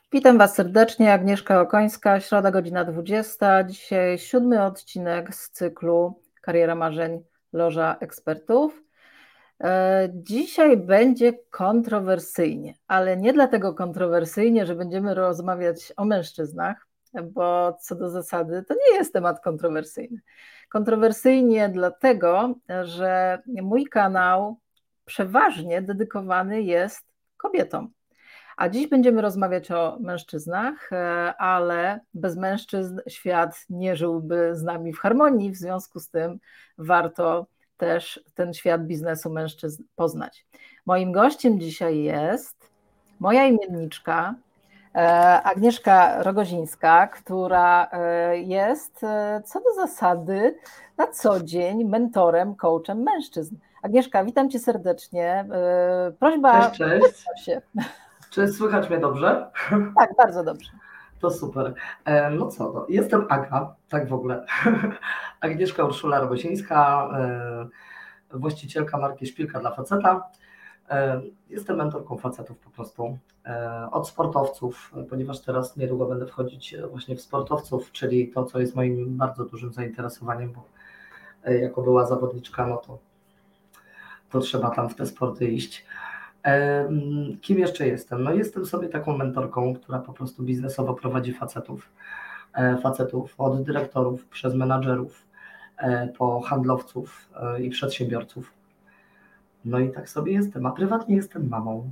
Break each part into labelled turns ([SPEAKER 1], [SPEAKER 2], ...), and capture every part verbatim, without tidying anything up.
[SPEAKER 1] Witam Was serdecznie, Agnieszka Okońska, środa godzina dwudziesta. Dzisiaj siódmy odcinek z cyklu Kariera Marzeń Loża Ekspertów. Dzisiaj będzie kontrowersyjnie, ale nie dlatego kontrowersyjnie, że będziemy rozmawiać o mężczyznach, bo co do zasady to nie jest temat kontrowersyjny. Kontrowersyjnie dlatego, że mój kanał przeważnie dedykowany jest kobietom. A dziś będziemy rozmawiać o mężczyznach, ale bez mężczyzn świat nie żyłby z nami w harmonii, w związku z tym warto też ten świat biznesu mężczyzn poznać. Moim gościem dzisiaj jest moja imienniczka Agnieszka Rogozińska, która jest co do zasady na co dzień mentorem, coachem mężczyzn. Agnieszka, witam Cię serdecznie. Prośba,
[SPEAKER 2] cześć, cześć.
[SPEAKER 1] się.
[SPEAKER 2] Czy słychać mnie dobrze?
[SPEAKER 1] Tak, bardzo dobrze.
[SPEAKER 2] To super. No co, no, jestem Aga, tak w ogóle. Agnieszka Urszula Rogosińska, właścicielka marki Szpilka dla faceta. Jestem mentorką facetów po prostu, od sportowców, ponieważ teraz niedługo będę wchodzić właśnie w sportowców, czyli to, co jest moim bardzo dużym zainteresowaniem, bo jako była zawodniczka, no to, to trzeba tam w te sporty iść. Kim jeszcze jestem? No jestem sobie taką mentorką, która po prostu biznesowo prowadzi facetów. Facetów od dyrektorów, przez menadżerów, po handlowców i przedsiębiorców. No i tak sobie jestem, a prywatnie jestem mamą.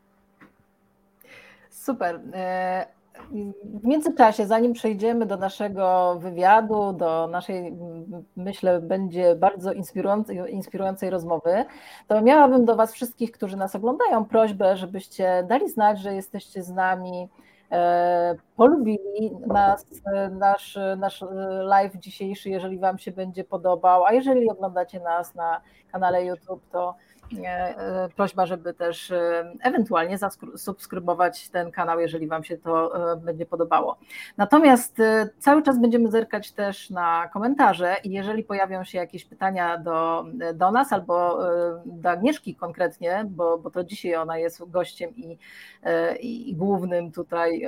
[SPEAKER 1] Super. W międzyczasie, zanim przejdziemy do naszego wywiadu, do naszej, myślę, będzie bardzo inspirującej, inspirującej rozmowy, to miałabym do Was wszystkich, którzy nas oglądają, prośbę, żebyście dali znać, że jesteście z nami, polubili nas, nasz, nasz live dzisiejszy, jeżeli Wam się będzie podobał, a jeżeli oglądacie nas na kanale YouTube, to prośba, żeby też ewentualnie zasubskrybować ten kanał, jeżeli Wam się to będzie podobało. Natomiast cały czas będziemy zerkać też na komentarze i jeżeli pojawią się jakieś pytania do, do nas albo do Agnieszki konkretnie, bo, bo to dzisiaj ona jest gościem i, i głównym tutaj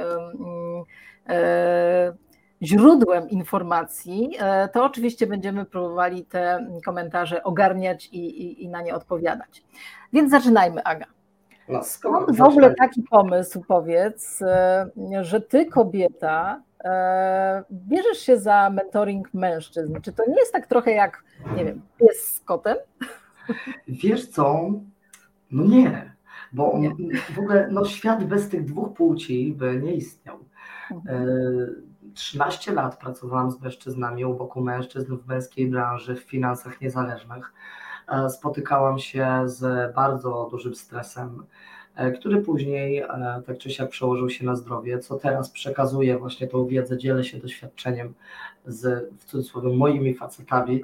[SPEAKER 1] źródłem informacji, to oczywiście będziemy próbowali te komentarze ogarniać i, i, i na nie odpowiadać. Więc zaczynajmy, Aga.
[SPEAKER 2] No,
[SPEAKER 1] skąd w ogóle taki pomysł, powiedz, że ty, kobieta, bierzesz się za mentoring mężczyzn? Czy to nie jest tak trochę jak, nie wiem, pies z kotem?
[SPEAKER 2] Wiesz co? No nie, bo nie. w ogóle no, świat bez tych dwóch płci by nie istniał. Mhm. trzynaście lat pracowałam z mężczyznami, u boku mężczyzn w męskiej branży, w finansach niezależnych. Spotykałam się z bardzo dużym stresem, który później tak czy siak przełożył się na zdrowie, co teraz przekazuję właśnie tą wiedzę, dzielę się doświadczeniem z, w cudzysłowie, moimi facetami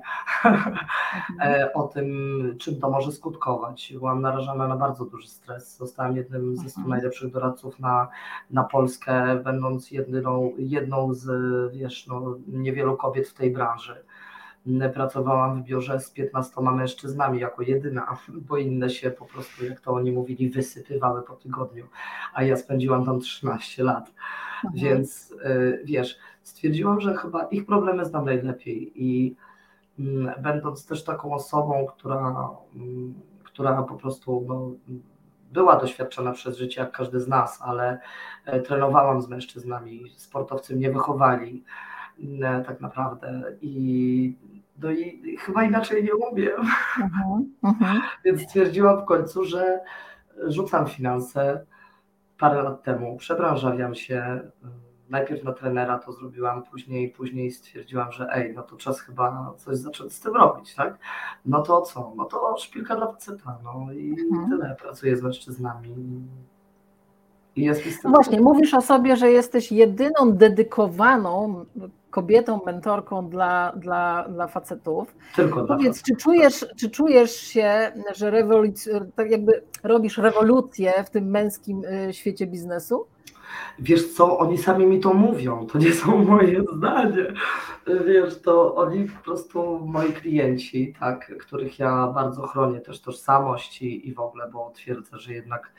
[SPEAKER 2] o tym, czym to może skutkować. Byłam narażona na bardzo duży stres. Zostałam jednym ze stu najlepszych doradców na, na Polskę, będąc jedyną, jedną z, wiesz, no, niewielu kobiet w tej branży. Pracowałam w biurze z piętnastoma mężczyznami jako jedyna, bo inne się po prostu, jak to oni mówili, wysypywały po tygodniu, a ja spędziłam tam trzynaście lat. Mhm. Więc wiesz, stwierdziłam, że chyba ich problemy znam najlepiej i będąc też taką osobą, która, która po prostu no, była doświadczona przez życie jak każdy z nas, ale trenowałam z mężczyznami, sportowcy mnie wychowali tak naprawdę i, no i chyba inaczej nie umiem. Uh-huh, uh-huh. Więc stwierdziłam w końcu, że rzucam finanse. Parę lat temu przebranżawiam się. Najpierw na trenera to zrobiłam, później, później stwierdziłam, że ej, no to czas chyba coś zacząć z tym robić, tak? No to co? No to Szpilka dla faceta, no i mhm. tyle. Pracuję z mężczyznami i jest mi z tym.
[SPEAKER 1] No właśnie, mówisz o sobie, że jesteś jedyną dedykowaną kobietą, mentorką dla, dla, dla facetów.
[SPEAKER 2] Tylko dla
[SPEAKER 1] Powiedz,
[SPEAKER 2] facetów.
[SPEAKER 1] Czy czujesz, czy czujesz się, że rewoluc- tak jakby robisz rewolucję w tym męskim świecie biznesu?
[SPEAKER 2] Wiesz co, oni sami mi to mówią, to nie są moje zdanie, wiesz, to oni po prostu moi klienci, tak, których ja bardzo chronię, też tożsamość i, i w ogóle, bo twierdzę, że jednak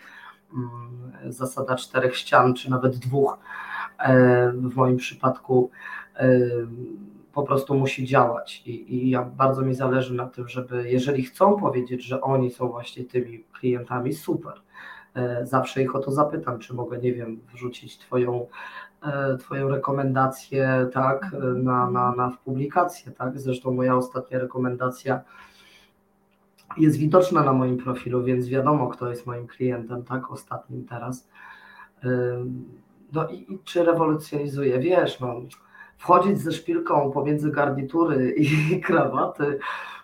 [SPEAKER 2] zasada czterech ścian, czy nawet dwóch w moim przypadku po prostu musi działać i, i ja, bardzo mi zależy na tym, żeby jeżeli chcą powiedzieć, że oni są właśnie tymi klientami, super. Zawsze ich o to zapytam, czy mogę, nie wiem, wrzucić twoją, twoją rekomendację, tak, na, na, na w publikację, tak. Zresztą moja ostatnia rekomendacja jest widoczna na moim profilu, więc wiadomo, kto jest moim klientem, tak, ostatnim teraz. No i, i czy rewolucjonizuje, wiesz, no, wchodzić ze szpilką pomiędzy garnitury i krawaty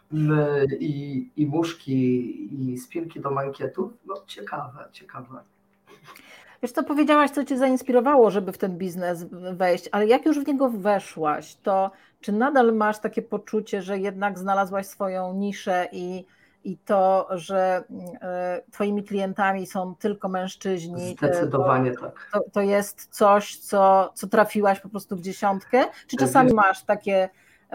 [SPEAKER 2] i, i muszki i spinki do mankietów, no ciekawe, ciekawe.
[SPEAKER 1] Wiesz co, powiedziałaś, co cię zainspirowało, żeby w ten biznes wejść, ale jak już w niego weszłaś, to czy nadal masz takie poczucie, że jednak znalazłaś swoją niszę i, i to, że twoimi klientami są tylko mężczyźni,
[SPEAKER 2] Zdecydowanie
[SPEAKER 1] to,
[SPEAKER 2] tak.
[SPEAKER 1] To, to jest coś, co, co trafiłaś po prostu w dziesiątkę? Czy czasami Wiesz, masz takie,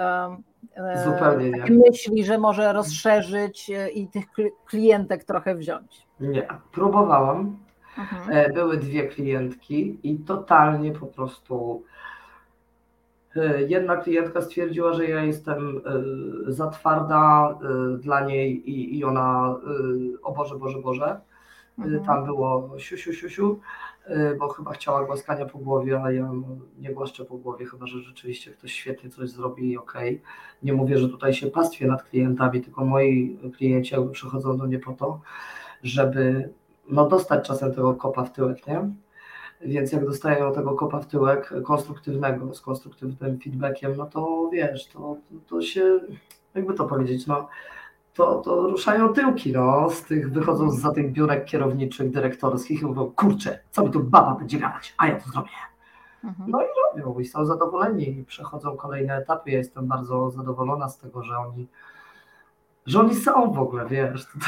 [SPEAKER 2] zupełnie
[SPEAKER 1] takie
[SPEAKER 2] nie.
[SPEAKER 1] myśli, że może rozszerzyć i tych klientek trochę wziąć?
[SPEAKER 2] Nie, próbowałam. Mhm. Były dwie klientki i totalnie po prostu jedna klientka stwierdziła, że ja jestem za twarda dla niej i, i ona, o Boże, Boże, Boże, mhm. Tam było siusiu, siusiu, bo chyba chciała głaskania po głowie, a ja nie głaszczę po głowie, chyba że rzeczywiście ktoś świetnie coś zrobi i okej. Okay. Nie mówię, że tutaj się pastwię nad klientami, tylko moi klienci jakby przychodzą do mnie po to, żeby no dostać czasem tego kopa w tyłek, nie? Więc jak dostają tego kopa w tyłek konstruktywnego, z konstruktywnym feedbackiem, no to wiesz, to, to, to się, jakby to powiedzieć, no to, to ruszają tyłki, no, z tych, wychodzą za tych biurek kierowniczych, dyrektorskich i mówią, kurczę, co mi tu baba będzie gadać, a ja to zrobię. Mhm. No i robią i są zadowoleni i przechodzą kolejne etapy. Ja jestem bardzo zadowolona z tego, że oni, że oni są w ogóle, wiesz, to,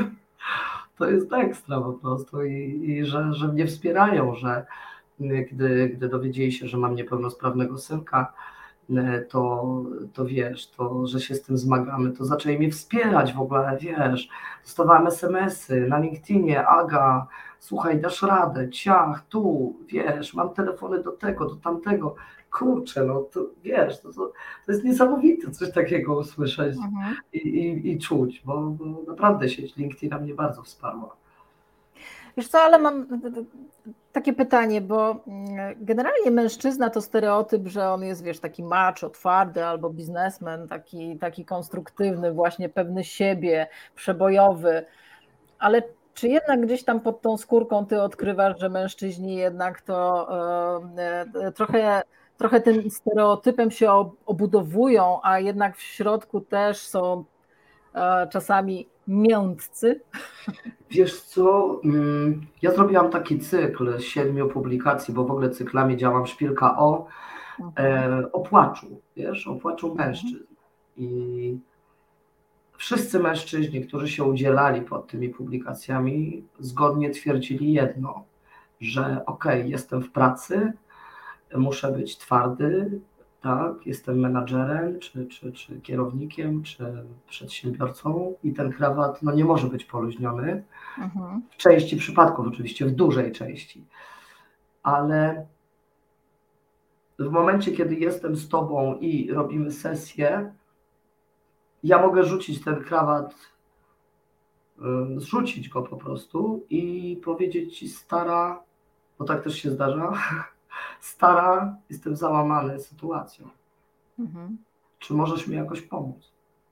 [SPEAKER 2] to jest ekstra po prostu i, i że, że mnie wspierają, że gdy, gdy dowiedzieli się, że mam niepełnosprawnego synka, to, to wiesz, to, że się z tym zmagamy, to zaczęli mnie wspierać w ogóle, wiesz, dostawałem es em esy na LinkedInie, Aga, słuchaj, dasz radę, ciach, tu, wiesz, mam telefony do tego, do tamtego, kurczę, no to wiesz, to, to, to jest niesamowite coś takiego usłyszeć mhm. i, i, i czuć, bo, bo naprawdę sieć LinkedIna mnie bardzo wsparła.
[SPEAKER 1] Wiesz co, ale mam takie pytanie, bo generalnie mężczyzna to stereotyp, że on jest, wiesz, taki macho, twardy albo biznesmen, taki, taki konstruktywny, właśnie pewny siebie, przebojowy, ale czy jednak gdzieś tam pod tą skórką ty odkrywasz, że mężczyźni jednak to e, trochę, trochę tym stereotypem się obudowują, a jednak w środku też są e, czasami miętcy?
[SPEAKER 2] Wiesz co, ja zrobiłam taki cykl z siedmiu publikacji, bo w ogóle cyklami działam Szpilka o, mhm. o płaczu, wiesz, o płaczu mężczyzn. I wszyscy mężczyźni, którzy się udzielali pod tymi publikacjami, zgodnie twierdzili jedno, że okej, okay, jestem w pracy, muszę być twardy, tak, jestem menadżerem, czy, czy, czy kierownikiem, czy przedsiębiorcą i ten krawat no, nie może być poluźniony. Mhm. W części przypadków, oczywiście w dużej części, ale w momencie, kiedy jestem z tobą i robimy sesję, ja mogę rzucić ten krawat, zrzucić go po prostu i powiedzieć ci, stara, bo tak też się zdarza, stara, jestem załamany sytuacją. Mhm. Czy możesz mi jakoś pomóc?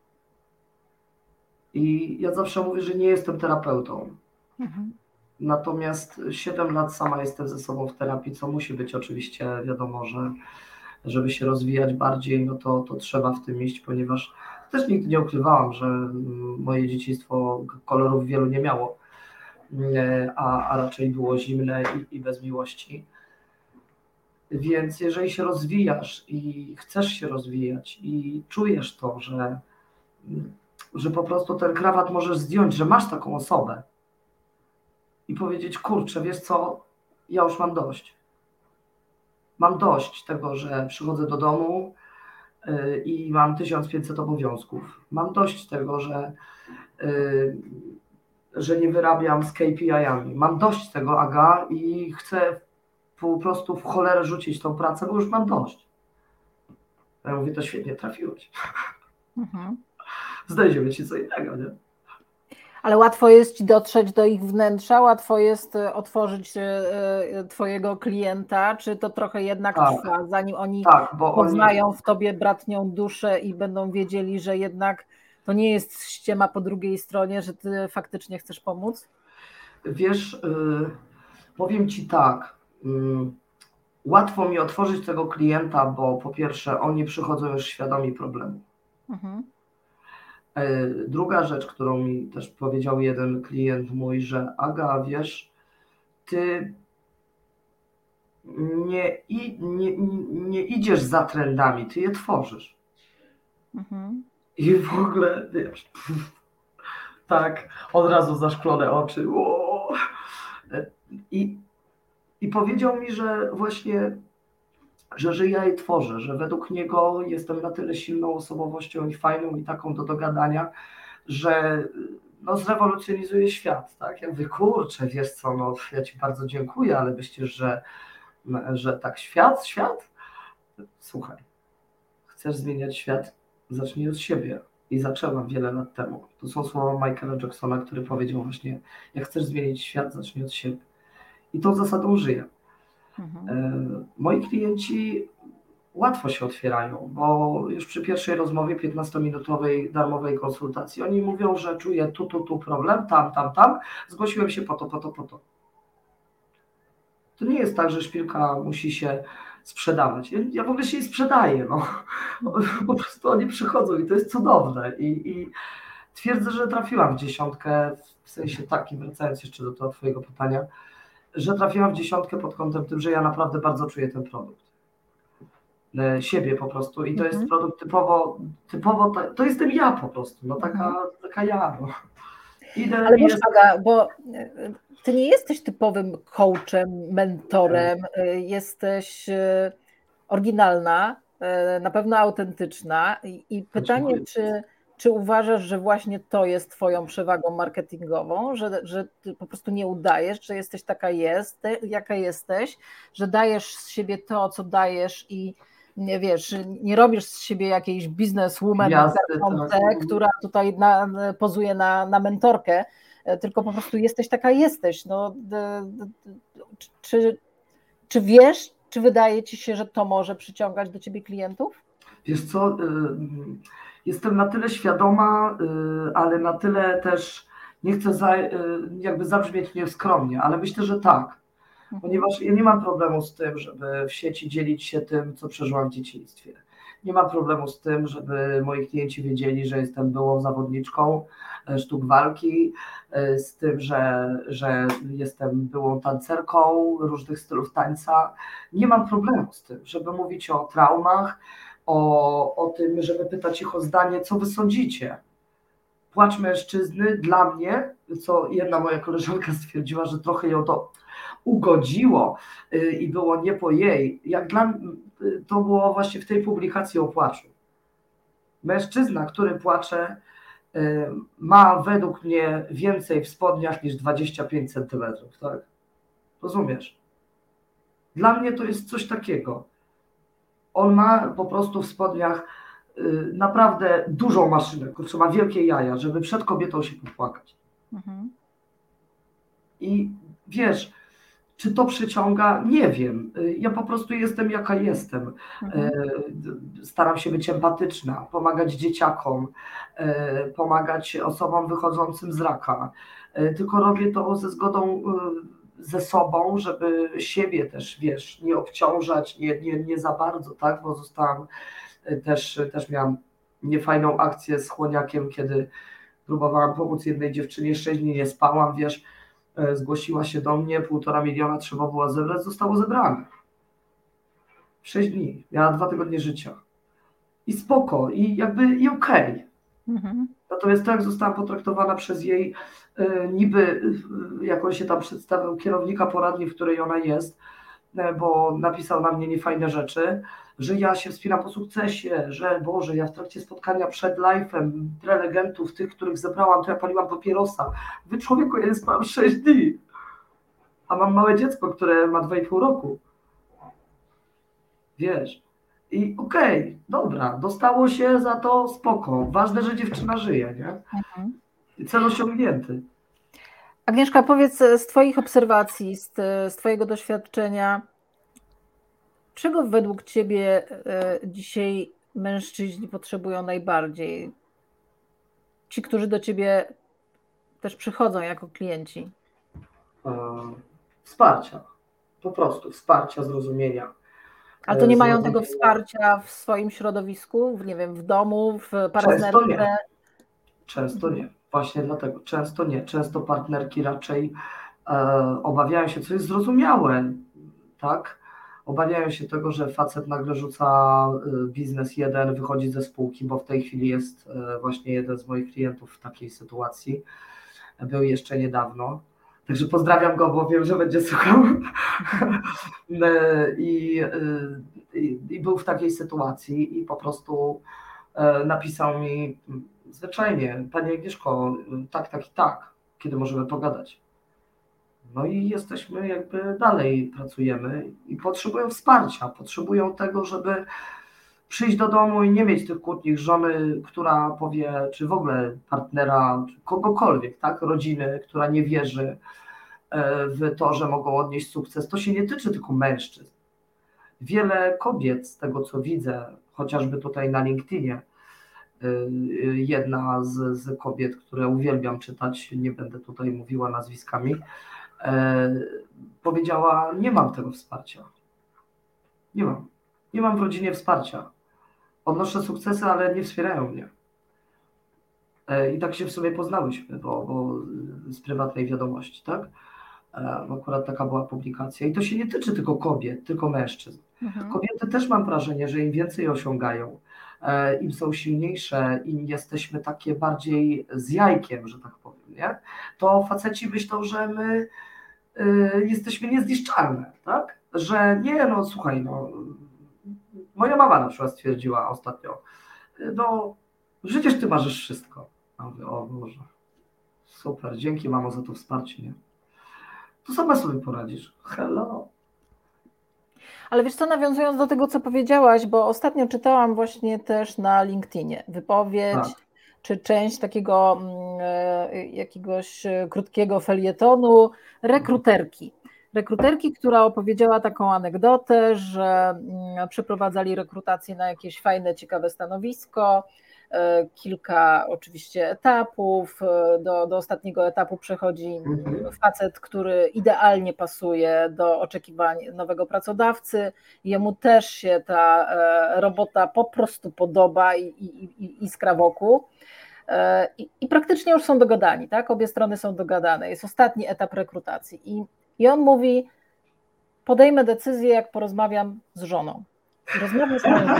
[SPEAKER 2] I ja zawsze mówię, że nie jestem terapeutą. Mhm. Natomiast siedem lat sama jestem ze sobą w terapii, co musi być oczywiście, wiadomo, że żeby się rozwijać bardziej, no to, to trzeba w tym iść, ponieważ też nigdy nie ukrywałam, że moje dzieciństwo kolorów wielu nie miało, a, a raczej było zimne i, i bez miłości. Więc jeżeli się rozwijasz i chcesz się rozwijać i czujesz to, że, że po prostu ten krawat możesz zdjąć, że masz taką osobę i powiedzieć, kurczę, wiesz co, ja już mam dość. Mam dość tego, że przychodzę do domu yy, i mam tysiąc pięćset obowiązków. Mam dość tego, że yy, że nie wyrabiam z K P I-ami. Mam dość tego, Aga, i chcę po prostu w cholerę rzucić tą pracę, bo już mam dość. Ja mówię, to świetnie trafiłeś. Mhm. Znajdziemy ci co innego, nie?
[SPEAKER 1] Ale łatwo jest ci dotrzeć do ich wnętrza, łatwo jest otworzyć twojego klienta, czy to trochę jednak tak, trwa, zanim oni tak, bo poznają oni... w tobie bratnią duszę i będą wiedzieli, że jednak to nie jest ściema po drugiej stronie, że ty faktycznie chcesz pomóc?
[SPEAKER 2] Wiesz, yy, powiem ci tak, yy, łatwo mi otworzyć tego klienta, bo po pierwsze oni przychodzą już świadomi problemu. Mhm. Druga rzecz, którą mi też powiedział jeden klient mój, że Aga, wiesz, ty nie, nie, nie idziesz za trendami, ty je tworzysz. Mhm. I w ogóle, wiesz, pff, tak, od razu zaszklone oczy. I, I powiedział mi, że właśnie, że, że ja je tworzę, że według niego jestem na tyle silną osobowością i fajną i taką do dogadania, że no, zrewolucjonizuje świat, tak? Ja mówię, kurczę, wiesz co, no ja ci bardzo dziękuję, ale myślisz, że, że tak świat, świat? Słuchaj, chcesz zmieniać świat? Zacznij od siebie. I zaczęłam wiele lat temu. To są słowa Michaela Jacksona, który powiedział właśnie, jak chcesz zmienić świat, zacznij od siebie. I tą zasadą żyję. Mhm. Moi klienci łatwo się otwierają, bo już przy pierwszej rozmowie piętnastominutowej darmowej konsultacji oni mówią, że czuję tu, tu, tu problem, tam, tam, tam, zgłosiłem się po to, po to, po to. To nie jest tak, że szpilka musi się sprzedawać. Ja, ja w ogóle się jej sprzedaję, no. Po prostu oni przychodzą i to jest cudowne. I, i twierdzę, że trafiłam w dziesiątkę, w sensie takim, wracając jeszcze do tego twojego pytania, że trafiłam w dziesiątkę pod kątem tym, że ja naprawdę bardzo czuję ten produkt. Siebie po prostu i to jest produkt typowo, typowo to jestem ja po prostu, no taka, mhm. taka ja. No.
[SPEAKER 1] Idę, Ale wiesz, Aga, bo ty nie jesteś typowym coachem, mentorem, jesteś oryginalna, na pewno autentyczna i, i pytanie, czy, czy uważasz, że właśnie to jest twoją przewagą marketingową, że, że ty po prostu nie udajesz, że jesteś taka jest, jaka jesteś, że dajesz z siebie to, co dajesz i nie wiesz, nie robisz z siebie jakiejś bizneswoman, która tutaj na, pozuje na, na mentorkę, tylko po prostu jesteś taka jesteś. No, czy, czy wiesz, czy wydaje ci się, że to może przyciągać do ciebie klientów?
[SPEAKER 2] Wiesz co, jestem na tyle świadoma, ale na tyle też nie chcę za, jakby zabrzmieć nieskromnie, ale myślę, że tak. Ponieważ ja nie mam problemu z tym, żeby w sieci dzielić się tym, co przeżyłam w dzieciństwie. Nie mam problemu z tym, żeby moi klienci wiedzieli, że jestem byłą zawodniczką sztuk walki, z tym, że, że jestem byłą tancerką różnych stylów tańca. Nie mam problemu z tym, żeby mówić o traumach, o, o tym, żeby pytać ich o zdanie, co wy sądzicie. Płacz mężczyzny dla mnie, co jedna moja koleżanka stwierdziła, że trochę ją to ugodziło i było nie po jej. Jak dla mnie, to było właśnie w tej publikacji o płaczu. Mężczyzna, który płacze, ma według mnie więcej w spodniach niż dwadzieścia pięć centymetrów, tak? Rozumiesz? Dla mnie to jest coś takiego. On ma po prostu w spodniach naprawdę dużą maszynę, kurczę, ma wielkie jaja, żeby przed kobietą się popłakać. Mhm. I wiesz, czy to przyciąga? Nie wiem. Ja po prostu jestem jaka jestem. Mhm. Staram się być empatyczna, pomagać dzieciakom, pomagać osobom wychodzącym z raka. Tylko robię to ze zgodą ze sobą, żeby siebie też, wiesz, nie obciążać, nie, nie, nie za bardzo, tak, bo zostałam też, też miałam niefajną akcję z chłoniakiem, kiedy próbowałam pomóc jednej dziewczynie, sześć dni nie spałam, wiesz, zgłosiła się do mnie, półtora miliona trzeba było zebrać, zostało zebrane. Sześć dni, miała dwa tygodnie życia. I spoko, i jakby i okej. Okay. Mhm. Natomiast to, jak zostałam potraktowana przez jej y, niby, y, jak on się tam przedstawił, kierownika poradni, w której ona jest, bo napisał na mnie niefajne rzeczy, że ja się wspinam po sukcesie, że Boże, ja w trakcie spotkania przed live'em prelegentów, tych, których zebrałam, to ja paliłam papierosa. Wy człowieku, ja spałam sześć dni, a mam małe dziecko, które ma dwa i pół roku. Wiesz, i okej, okay, dobra, dostało się za to, spoko. Ważne, że dziewczyna żyje, nie? Mhm. Cel osiągnięty.
[SPEAKER 1] Agnieszka, powiedz z Twoich obserwacji, z, z Twojego doświadczenia, czego według Ciebie dzisiaj mężczyźni potrzebują najbardziej? Ci, którzy do Ciebie też przychodzą jako klienci.
[SPEAKER 2] Wsparcia, po prostu wsparcia, zrozumienia.
[SPEAKER 1] A to nie mają tego wsparcia w swoim środowisku, w, nie wiem, w domu, w partnerce?
[SPEAKER 2] Często nie. Często nie. Właśnie dlatego. Często nie. Często partnerki raczej e, obawiają się, co jest zrozumiałe, tak? Obawiają się tego, że facet nagle rzuca biznes jeden, wychodzi ze spółki, bo w tej chwili jest właśnie jeden z moich klientów w takiej sytuacji. Był jeszcze niedawno. Także pozdrawiam go, bo wiem, że będzie słuchał. I, i, I był w takiej sytuacji i po prostu napisał mi zwyczajnie: Pani Agnieszko, tak, tak i tak, kiedy możemy pogadać. No i jesteśmy jakby dalej, pracujemy i potrzebują wsparcia, potrzebują tego, żeby przyjść do domu i nie mieć tych kłótni żony, która powie, czy w ogóle partnera, czy kogokolwiek, tak, rodziny, która nie wierzy w to, że mogą odnieść sukces. To się nie tyczy tylko mężczyzn. Wiele kobiet, z tego co widzę, chociażby tutaj na LinkedInie, jedna z, z kobiet, które uwielbiam czytać, nie będę tutaj mówiła nazwiskami, powiedziała: nie mam tego wsparcia. Nie mam. Nie mam w rodzinie wsparcia. Odnoszę sukcesy, ale nie wspierają mnie. I tak się w sumie poznałyśmy, bo, bo z prywatnej wiadomości, tak? Akurat taka była publikacja. I to się nie tyczy tylko kobiet, tylko mężczyzn. Mhm. Kobiety też mam wrażenie, że im więcej osiągają, im są silniejsze, im jesteśmy takie bardziej z jajkiem, że tak powiem, nie? To faceci myślą, że my y, jesteśmy niezniszczalne, tak? Że nie, no słuchaj, no moja mama na przykład stwierdziła ostatnio: no przecież ty marzysz wszystko. A mówię: o Boże, super, dzięki mamo za to wsparcie, nie? To sama sobie poradzisz. Hello.
[SPEAKER 1] Ale wiesz co, nawiązując do tego, co powiedziałaś, bo ostatnio czytałam właśnie też na LinkedInie wypowiedź, tak, czy część takiego jakiegoś krótkiego felietonu rekruterki. Rekruterki, która opowiedziała taką anegdotę, że przeprowadzali rekrutację na jakieś fajne, ciekawe stanowisko, kilka oczywiście etapów, do, do ostatniego etapu przechodzi facet, który idealnie pasuje do oczekiwań nowego pracodawcy, jemu też się ta robota po prostu podoba i, i, i iskra wokół. I, i praktycznie już są dogadani, tak? Obie strony są dogadane, jest ostatni etap rekrutacji i, i on mówi: podejmę decyzję, jak porozmawiam z żoną. I rozmawia z żoną,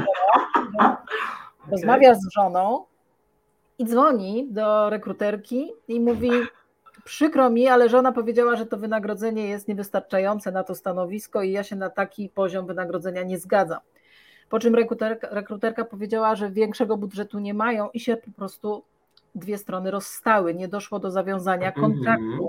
[SPEAKER 1] rozmawia z żoną i dzwoni do rekruterki i mówi: przykro mi, ale żona powiedziała, że to wynagrodzenie jest niewystarczające na to stanowisko i ja się na taki poziom wynagrodzenia nie zgadzam. Po czym rekruterka, rekruterka powiedziała, że większego budżetu nie mają i się po prostu dwie strony rozstały, nie doszło do zawiązania kontraktu.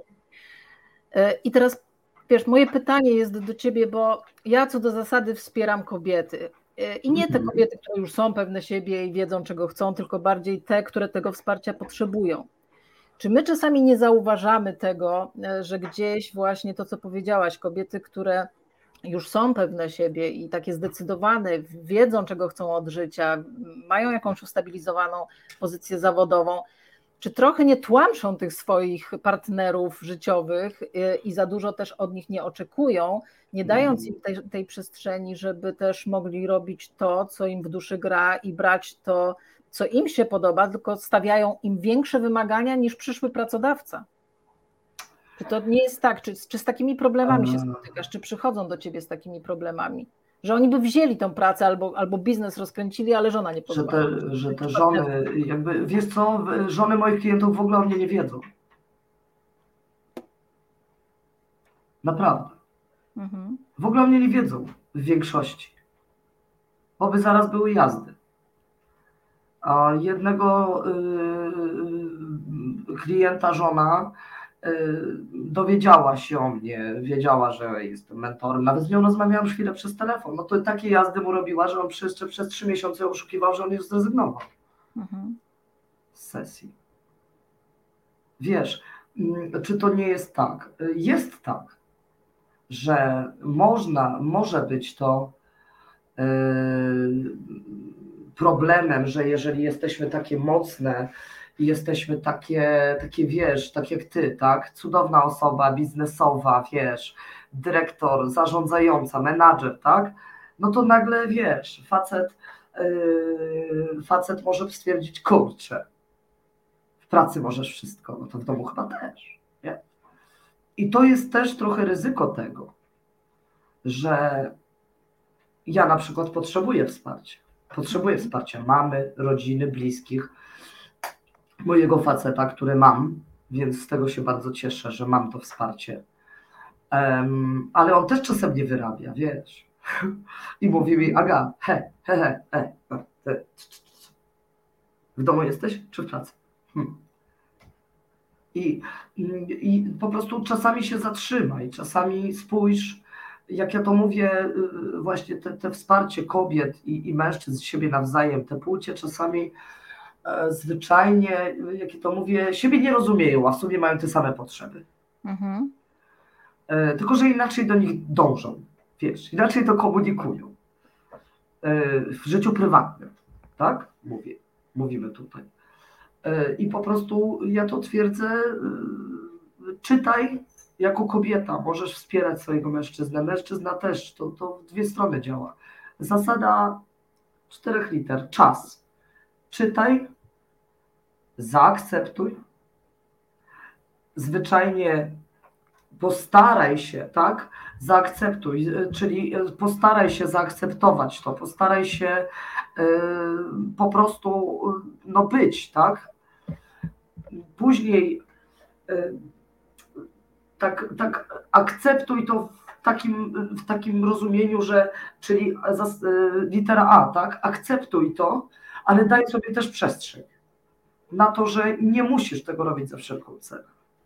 [SPEAKER 1] I teraz wiesz, moje pytanie jest do ciebie, bo ja co do zasady wspieram kobiety. I nie te kobiety, które już są pewne siebie i wiedzą, czego chcą, tylko bardziej te, które tego wsparcia potrzebują. Czy my czasami nie zauważamy tego, że gdzieś właśnie to, co powiedziałaś, kobiety, które już są pewne siebie i takie zdecydowane, wiedzą, czego chcą od życia, mają jakąś ustabilizowaną pozycję zawodową, czy trochę nie tłamszą tych swoich partnerów życiowych i za dużo też od nich nie oczekują, nie dając im tej, tej przestrzeni, żeby też mogli robić to, co im w duszy gra i brać to, co im się podoba, tylko stawiają im większe wymagania niż przyszły pracodawca? Czy to nie jest tak? Czy, czy z takimi problemami się spotykasz? Czy przychodzą do ciebie z takimi problemami? Że oni by wzięli tą pracę albo, albo biznes rozkręcili, ale żona nie pozwala.
[SPEAKER 2] Że te, że te żony, jakby, wiesz co, żony moich klientów w ogóle o mnie nie wiedzą. Naprawdę.
[SPEAKER 1] Mhm.
[SPEAKER 2] W ogóle o mnie nie wiedzą w większości, bo by zaraz były jazdy. A jednego yy, klienta żona yy, dowiedziała się o mnie, wiedziała, że jestem mentorem, nawet z nią rozmawiałam chwilę przez telefon. No to takie jazdy mu robiła, że on przez, jeszcze przez trzy miesiące oszukiwał, że on już zrezygnował
[SPEAKER 1] Mhm.
[SPEAKER 2] z sesji. Wiesz, czy to nie jest tak? Jest tak, że można, może być to yy, problemem, że jeżeli jesteśmy takie mocne i jesteśmy takie, takie, wiesz, tak jak ty, tak? Cudowna osoba, biznesowa, wiesz, dyrektor, zarządzająca, menadżer, tak? No to nagle, wiesz, facet, yy, facet może stwierdzić, kurczę, w pracy możesz wszystko, no to w domu chyba też, nie? I to jest też trochę ryzyko tego, że ja na przykład potrzebuję wsparcia. Potrzebuję wsparcia mamy, rodziny, bliskich, mojego faceta, który mam, więc z tego się bardzo cieszę, że mam to wsparcie. Um, ale on też czasem nie wyrabia, wiesz. I mówi mi, Aga, he, he, he, he, he, he. W domu jesteś czy w pracy? Hmm. I, I po prostu czasami się zatrzymaj, czasami spójrz, jak ja to mówię, właśnie te, te wsparcie kobiet i, i mężczyzn z siebie nawzajem, te płcie czasami e, zwyczajnie, jak ja to mówię, siebie nie rozumieją, a w sobie mają te same potrzeby.
[SPEAKER 1] Mhm.
[SPEAKER 2] E, tylko, że inaczej do nich dążą, wiesz, inaczej to komunikują. E, w życiu prywatnym, tak? Mówię, mówimy tutaj. I po prostu ja to twierdzę, czytaj jako kobieta, możesz wspierać swojego mężczyznę. Mężczyzna też, to, to w dwie strony działa. Zasada czterech liter, czas. Czytaj, zaakceptuj, zwyczajnie postaraj się, tak, zaakceptuj, czyli postaraj się zaakceptować to, postaraj się yy, po prostu no być, tak. Później yy, tak, tak akceptuj to w takim, w takim rozumieniu, że, czyli zas, litera A, tak, akceptuj to, ale daj sobie też przestrzeń na to, że nie musisz tego robić za wszelką cenę.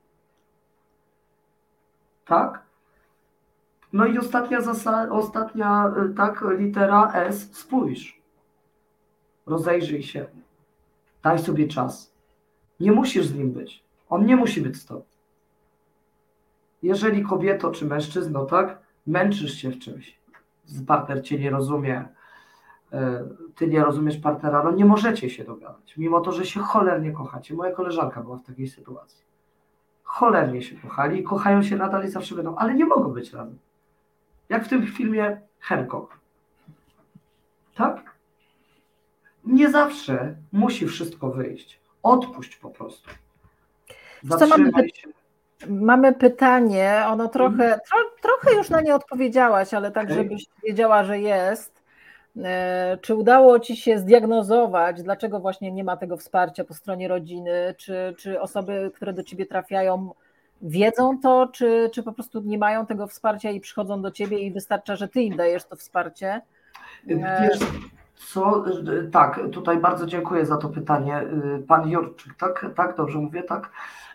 [SPEAKER 2] Tak? No i ostatnia zasada, ostatnia, tak, litera S, spójrz. Rozejrzyj się. Daj sobie czas. Nie musisz z nim być. On nie musi być z tobą. Jeżeli kobieto czy mężczyzno, tak, męczysz się w czymś, partner cię nie rozumie, ty nie rozumiesz partnera, no nie możecie się dogadać, mimo to, że się cholernie kochacie. Moja koleżanka była w takiej sytuacji. Cholernie się kochali i kochają się nadal i zawsze będą, ale nie mogą być razem. Jak w tym filmie Hancock. Tak? Nie zawsze musi wszystko wyjść. Odpuść po prostu. Zatrzymaj się.
[SPEAKER 1] Mamy pytanie, ono trochę, tro, trochę już na nie odpowiedziałaś, ale tak, żebyś wiedziała, że jest. Czy udało ci się zdiagnozować, dlaczego właśnie nie ma tego wsparcia po stronie rodziny? Czy, czy osoby, które do ciebie trafiają, wiedzą to, czy, czy po prostu nie mają tego wsparcia i przychodzą do ciebie i wystarcza, że ty im dajesz to wsparcie?
[SPEAKER 2] Wiesz co, tak, tutaj bardzo dziękuję za to pytanie. Pan Jurczyk, tak, tak, dobrze mówię, tak.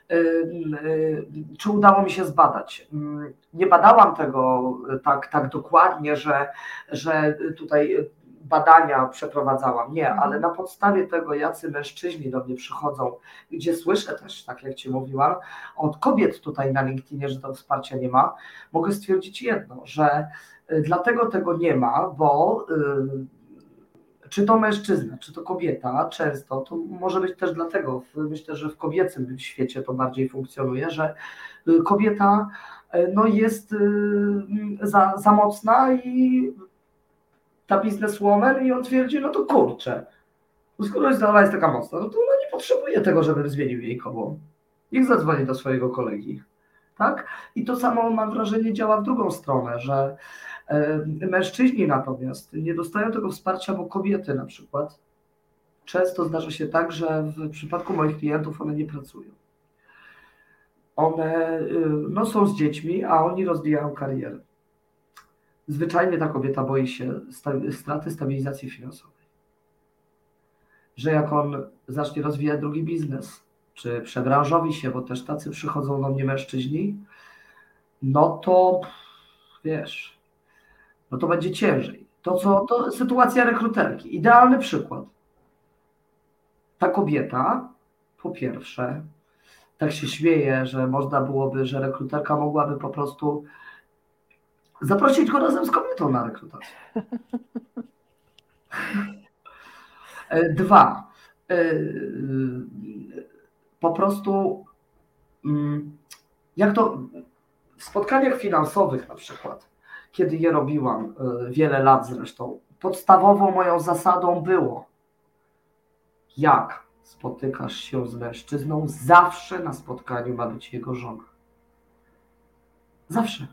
[SPEAKER 2] Czy udało mi się zbadać? Nie badałam tego tak, tak dokładnie, że, że tutaj badania przeprowadzałam. Nie, mhm. ale na podstawie tego, jacy mężczyźni do mnie przychodzą, gdzie słyszę też, tak jak ci mówiłam, od kobiet tutaj na LinkedInie, że to wsparcia nie ma, mogę stwierdzić jedno, że dlatego tego nie ma, bo czy to mężczyzna, czy to kobieta, często, to może być też dlatego, myślę, że w kobiecym świecie to bardziej funkcjonuje, że kobieta no, jest za, za mocna i ta bizneswoman i on twierdzi, no to kurczę, no skoro jest, ona jest taka mocna, no to ona nie potrzebuje tego, żebym zmienił jej koło. Niech zadzwoni do swojego kolegi. Tak? I to samo mam wrażenie działa w drugą stronę, że mężczyźni natomiast nie dostają tego wsparcia, bo kobiety na przykład, często zdarza się tak, że w przypadku moich klientów one nie pracują. One no, są z dziećmi, a oni rozwijają karierę. zwyczajnie ta kobieta boi się sta- straty stabilizacji finansowej. Że jak on zacznie rozwijać drugi biznes, czy przebranżowi się, bo też tacy przychodzą do mnie mężczyźni, no to wiesz, no to będzie ciężej. To co, to sytuacja rekruterki. Idealny przykład. Ta kobieta, po pierwsze, tak się śmieje, że można byłoby, że rekruterka mogłaby po prostu zaprosić go razem z kobietą na rekrutację. E, Dwa, e, po prostu mm, jak to w spotkaniach finansowych na przykład, kiedy je robiłam, e, wiele lat zresztą, podstawową moją zasadą było, jak spotykasz się z mężczyzną, zawsze na spotkaniu ma być jego żona. Zawsze.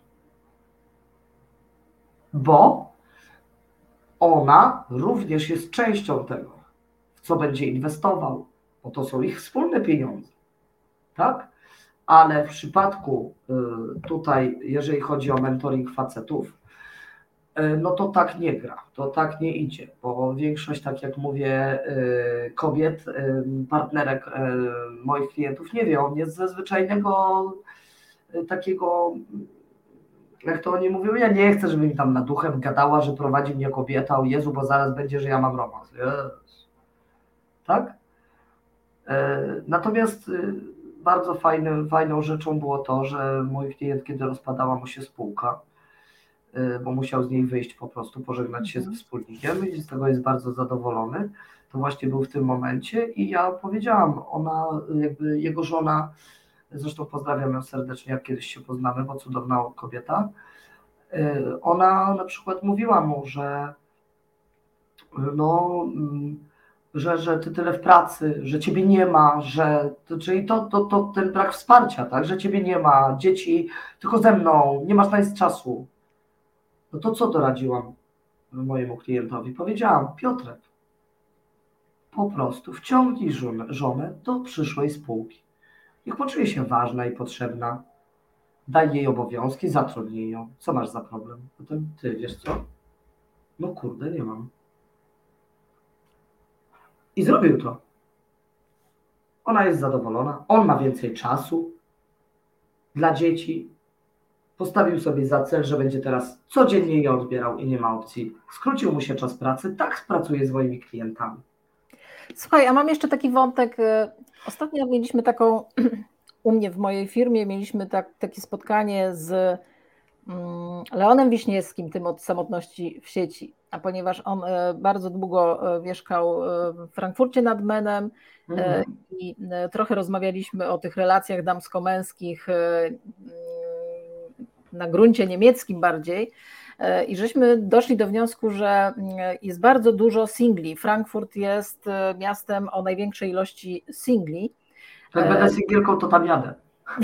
[SPEAKER 2] Bo ona również jest częścią tego, w co będzie inwestował, bo to są ich wspólne pieniądze. Tak? Ale w przypadku y, tutaj, jeżeli chodzi o mentoring facetów, y, no to tak nie gra, to tak nie idzie, bo większość, tak jak mówię, y, kobiet, y, partnerek y, moich klientów nie wie, on jest ze zwyczajnego y, takiego, jak to oni mówią, ja nie chcę, żeby mi tam nad duchem gadała, że prowadzi mnie kobieta, o Jezu, bo zaraz będzie, że ja mam romans. Yes. Tak? Natomiast bardzo fajnym, fajną rzeczą było to, że mój klient, kiedy rozpadała mu się spółka, bo musiał z niej wyjść po prostu, pożegnać się ze wspólnikiem i z tego jest bardzo zadowolony, to właśnie był w tym momencie i ja powiedziałam, ona, jakby jego żona, zresztą pozdrawiam ją serdecznie, jak kiedyś się poznamy, bo cudowna kobieta, ona na przykład mówiła mu, że no, że, że ty tyle w pracy, że ciebie nie ma, że, to, czyli to, to, to ten brak wsparcia, tak, że ciebie nie ma, dzieci tylko ze mną, nie masz na nic czasu. No to co doradziłam mojemu klientowi? Powiedziałam, Piotrek, po prostu wciągnij żonę, żonę do przyszłej spółki. Niech poczuje się ważna i potrzebna. Daj jej obowiązki, zatrudnij ją. Co masz za problem? Potem ty, wiesz co? No kurde, nie mam. I zrobił to. Ona jest zadowolona, on ma więcej czasu dla dzieci. Postawił sobie za cel, że będzie teraz codziennie je odbierał i nie ma opcji. Skrócił mu się czas pracy, tak pracuje z moimi klientami.
[SPEAKER 1] Słuchaj, a mam jeszcze taki wątek. Ostatnio mieliśmy taką, u mnie w mojej firmie, mieliśmy tak, takie spotkanie z Leonem Wiśniewskim, tym od samotności w sieci, a ponieważ on bardzo długo mieszkał w Frankfurcie nad Menem mhm. i trochę rozmawialiśmy o tych relacjach damsko-męskich na gruncie niemieckim bardziej i żeśmy doszli do wniosku, że jest bardzo dużo singli. Frankfurt jest miastem o największej ilości singli.
[SPEAKER 2] Jak będę singielką, to tam jadę.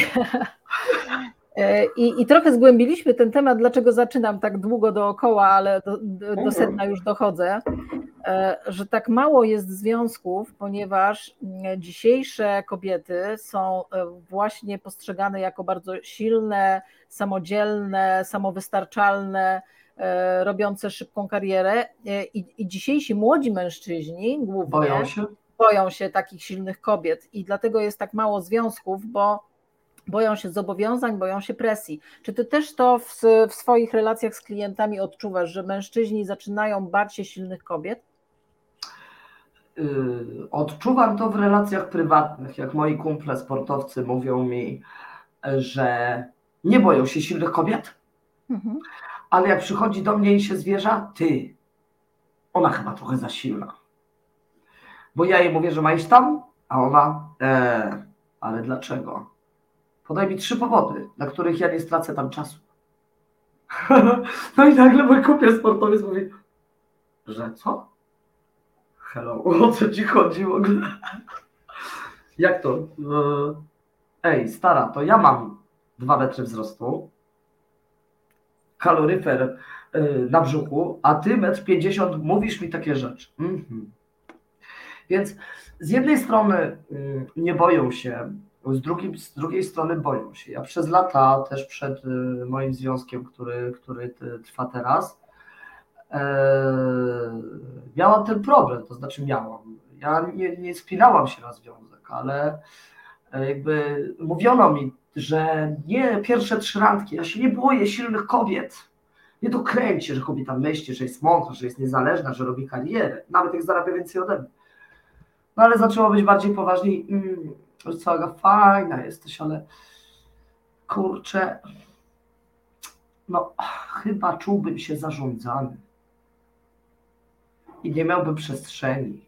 [SPEAKER 1] I, I trochę zgłębiliśmy ten temat, dlaczego zaczynam tak długo dookoła, ale do, do sedna już dochodzę, że tak mało jest związków, ponieważ dzisiejsze kobiety są właśnie postrzegane jako bardzo silne, samodzielne, samowystarczalne, robiące szybką karierę i, i dzisiejsi młodzi mężczyźni głównie
[SPEAKER 2] boją się?
[SPEAKER 1] boją się takich silnych kobiet i dlatego jest tak mało związków, bo boją się zobowiązań, boją się presji. Czy ty też to w, w swoich relacjach z klientami odczuwasz, że mężczyźni zaczynają bać się silnych kobiet?
[SPEAKER 2] Yy, odczuwam to w relacjach prywatnych, jak moi kumple sportowcy mówią mi, że nie boją się silnych kobiet, mhm. ale jak przychodzi do mnie i się zwierza, ty, ona chyba trochę za silna. Bo ja jej mówię, że ma iść tam, a ona, eee, ale dlaczego? Podaj mi trzy powody, dla których ja nie stracę tam czasu. No i nagle mój kupiec sportowiec mówi, że co? Hello, o co ci chodzi w ogóle? Jak to? Ej, stara, to ja mam dwa metry wzrostu, kaloryfer na brzuchu, a ty metr pięćdziesiąt mówisz mi takie rzeczy. Mhm. Więc z jednej strony nie boją się bo z drugiej, z drugiej strony boją się. Ja przez lata, też przed moim związkiem, który, który trwa teraz, e, miałam ten problem, to znaczy miałam. Ja nie, nie spinałam się na związek, ale jakby mówiono mi, że nie pierwsze trzy randki, ja się nie boję silnych kobiet. Nie dokręci, że kobieta myśli, że jest mądra, że jest niezależna, że robi karierę, nawet jak zarabia więcej ode mnie. No ale zaczęło być bardziej poważniej. Mm, co, Aga, fajna jesteś, ale kurczę, no chyba czułbym się zarządzany i nie miałbym przestrzeni.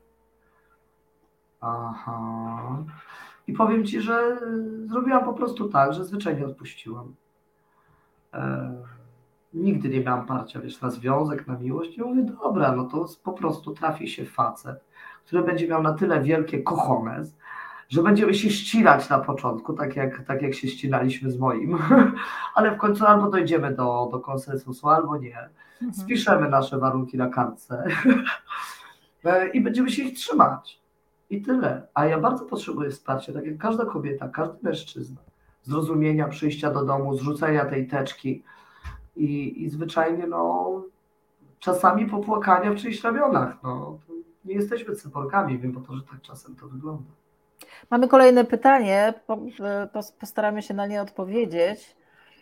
[SPEAKER 2] Aha. I powiem Ci, że zrobiłam po prostu tak, że zwyczajnie odpuściłam. E, nigdy nie miałam parcia, wiesz, na związek, na miłość. I mówię, dobra, no to po prostu trafi się facet, który będzie miał na tyle wielkie cojones, że będziemy się ścinać na początku, tak jak, tak jak się ścinaliśmy z moim, ale w końcu albo dojdziemy do, do konsensusu, albo nie. Spiszemy nasze warunki na kartce i będziemy się ich trzymać. I tyle. A ja bardzo potrzebuję wsparcia, tak jak każda kobieta, każdy mężczyzna. Zrozumienia, przyjścia do domu, zrzucenia tej teczki i, i zwyczajnie no czasami popłakania w czyichś ramionach. No. Nie jesteśmy cyborgami, wiem po to, że tak czasem to wygląda.
[SPEAKER 1] Mamy kolejne pytanie, postaramy się na nie odpowiedzieć.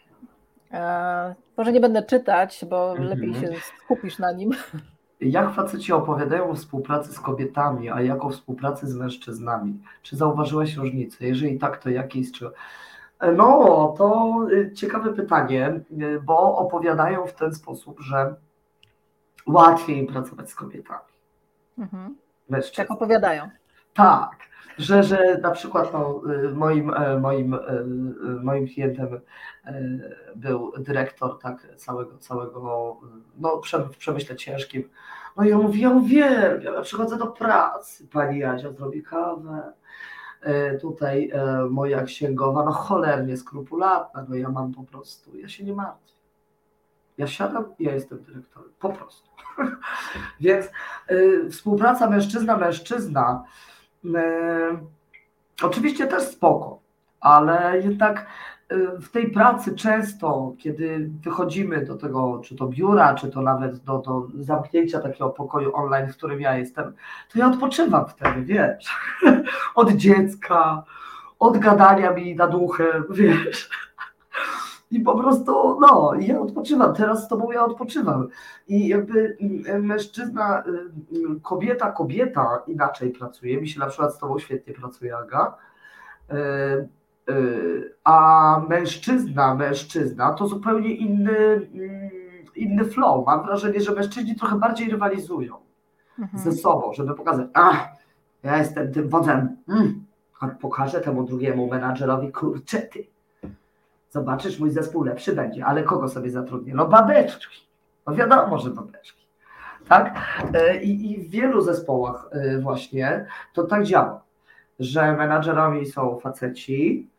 [SPEAKER 1] Może nie będę czytać, bo mhm. lepiej się skupisz na nim.
[SPEAKER 2] Jak faceci opowiadają o współpracy z kobietami, a jak o współpracy z mężczyznami? Czy zauważyłeś różnicę? Jeżeli tak, to jakiej? Czy... No, to ciekawe pytanie, bo opowiadają w ten sposób, że łatwiej pracować z kobietami.
[SPEAKER 1] Mhm. Jak opowiadają?
[SPEAKER 2] Tak, że, że na przykład no, moim, moim, moim klientem był dyrektor tak całego, całego no, w przemyśle ciężkim. No i on mówi, ja uwielbiam, ja przychodzę do pracy, pani Jadzia zrobi kawę, tutaj moja księgowa, no cholernie skrupulatna, no ja mam po prostu, ja się nie martwię. Ja siadam, ja jestem dyrektorem, po prostu. Więc y, współpraca mężczyzna-mężczyzna y, oczywiście też spoko, ale jednak y, w tej pracy często, kiedy wychodzimy do tego, czy to biura, czy to nawet do, do zamknięcia takiego pokoju online, w którym ja jestem, to ja odpoczywam wtedy, wiesz, od dziecka, od gadania mi nad uchem, wiesz. I po prostu, no, ja odpoczywam, teraz z tobą ja odpoczywam. I jakby mężczyzna, kobieta, kobieta inaczej pracuje, mi się na przykład z tobą świetnie pracuje, Aga, a mężczyzna, mężczyzna to zupełnie inny, inny flow. Mam wrażenie, że mężczyźni trochę bardziej rywalizują mhm. ze sobą, żeby pokazać, a ja jestem tym wodzem, mm, pokażę temu drugiemu menadżerowi, kurczę ty. Zobaczysz, mój zespół lepszy będzie, ale kogo sobie zatrudnię? No babeczki. No wiadomo, że babeczki. Tak? I, i w wielu zespołach właśnie to tak działa, że menadżerami są faceci,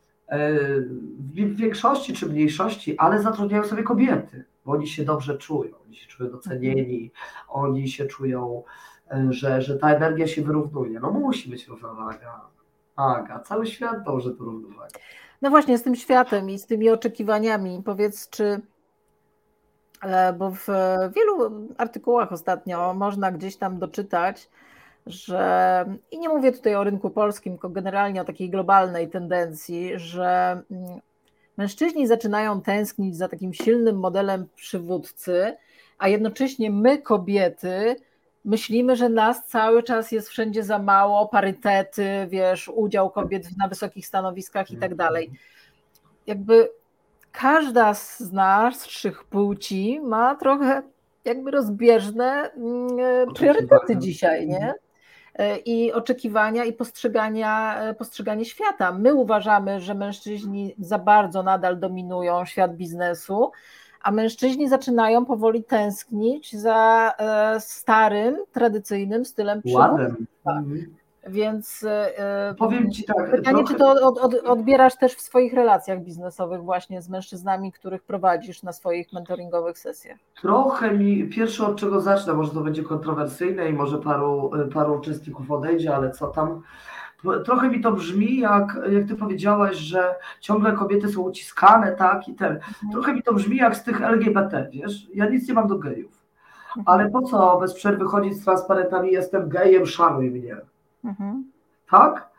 [SPEAKER 2] w większości czy mniejszości, ale zatrudniają sobie kobiety, bo oni się dobrze czują, oni się czują docenieni, oni się czują, że, że ta energia się wyrównuje. No musi być równowaga. Aga, cały świat dąży do równowagi.
[SPEAKER 1] No właśnie, z tym światem i z tymi oczekiwaniami. Powiedz, czy, bo w wielu artykułach ostatnio można gdzieś tam doczytać, że, i nie mówię tutaj o rynku polskim, tylko generalnie o takiej globalnej tendencji, że mężczyźni zaczynają tęsknić za takim silnym modelem przywódcy, a jednocześnie my, kobiety, myślimy, że nas cały czas jest wszędzie za mało, parytety, wiesz, udział kobiet na wysokich stanowiskach i tak dalej. Jakby każda z naszych płci ma trochę jakby rozbieżne priorytety dzisiaj, nie? I oczekiwania i postrzegania, postrzeganie świata. My uważamy, że mężczyźni za bardzo nadal dominują świat biznesu, a mężczyźni zaczynają powoli tęsknić za starym, tradycyjnym stylem przywództwa. Więc
[SPEAKER 2] powiem ci tak,
[SPEAKER 1] pytanie, trochę... czy to od, od, odbierasz też w swoich relacjach biznesowych właśnie z mężczyznami, których prowadzisz na swoich mentoringowych sesjach?
[SPEAKER 2] Trochę mi, pierwsze od czego zacznę, może to będzie kontrowersyjne i może paru, paru uczestników odejdzie, ale co tam, trochę mi to brzmi, jak, jak ty powiedziałaś, że ciągle kobiety są uciskane, tak, i ten.
[SPEAKER 1] Mhm.
[SPEAKER 2] Trochę mi to brzmi jak z tych L G B T, wiesz? Ja nic nie mam do gejów.
[SPEAKER 1] Mhm.
[SPEAKER 2] Ale po co bez przerwy chodzić z transparentami, jestem gejem, szanuj mnie.
[SPEAKER 1] Mhm.
[SPEAKER 2] Tak?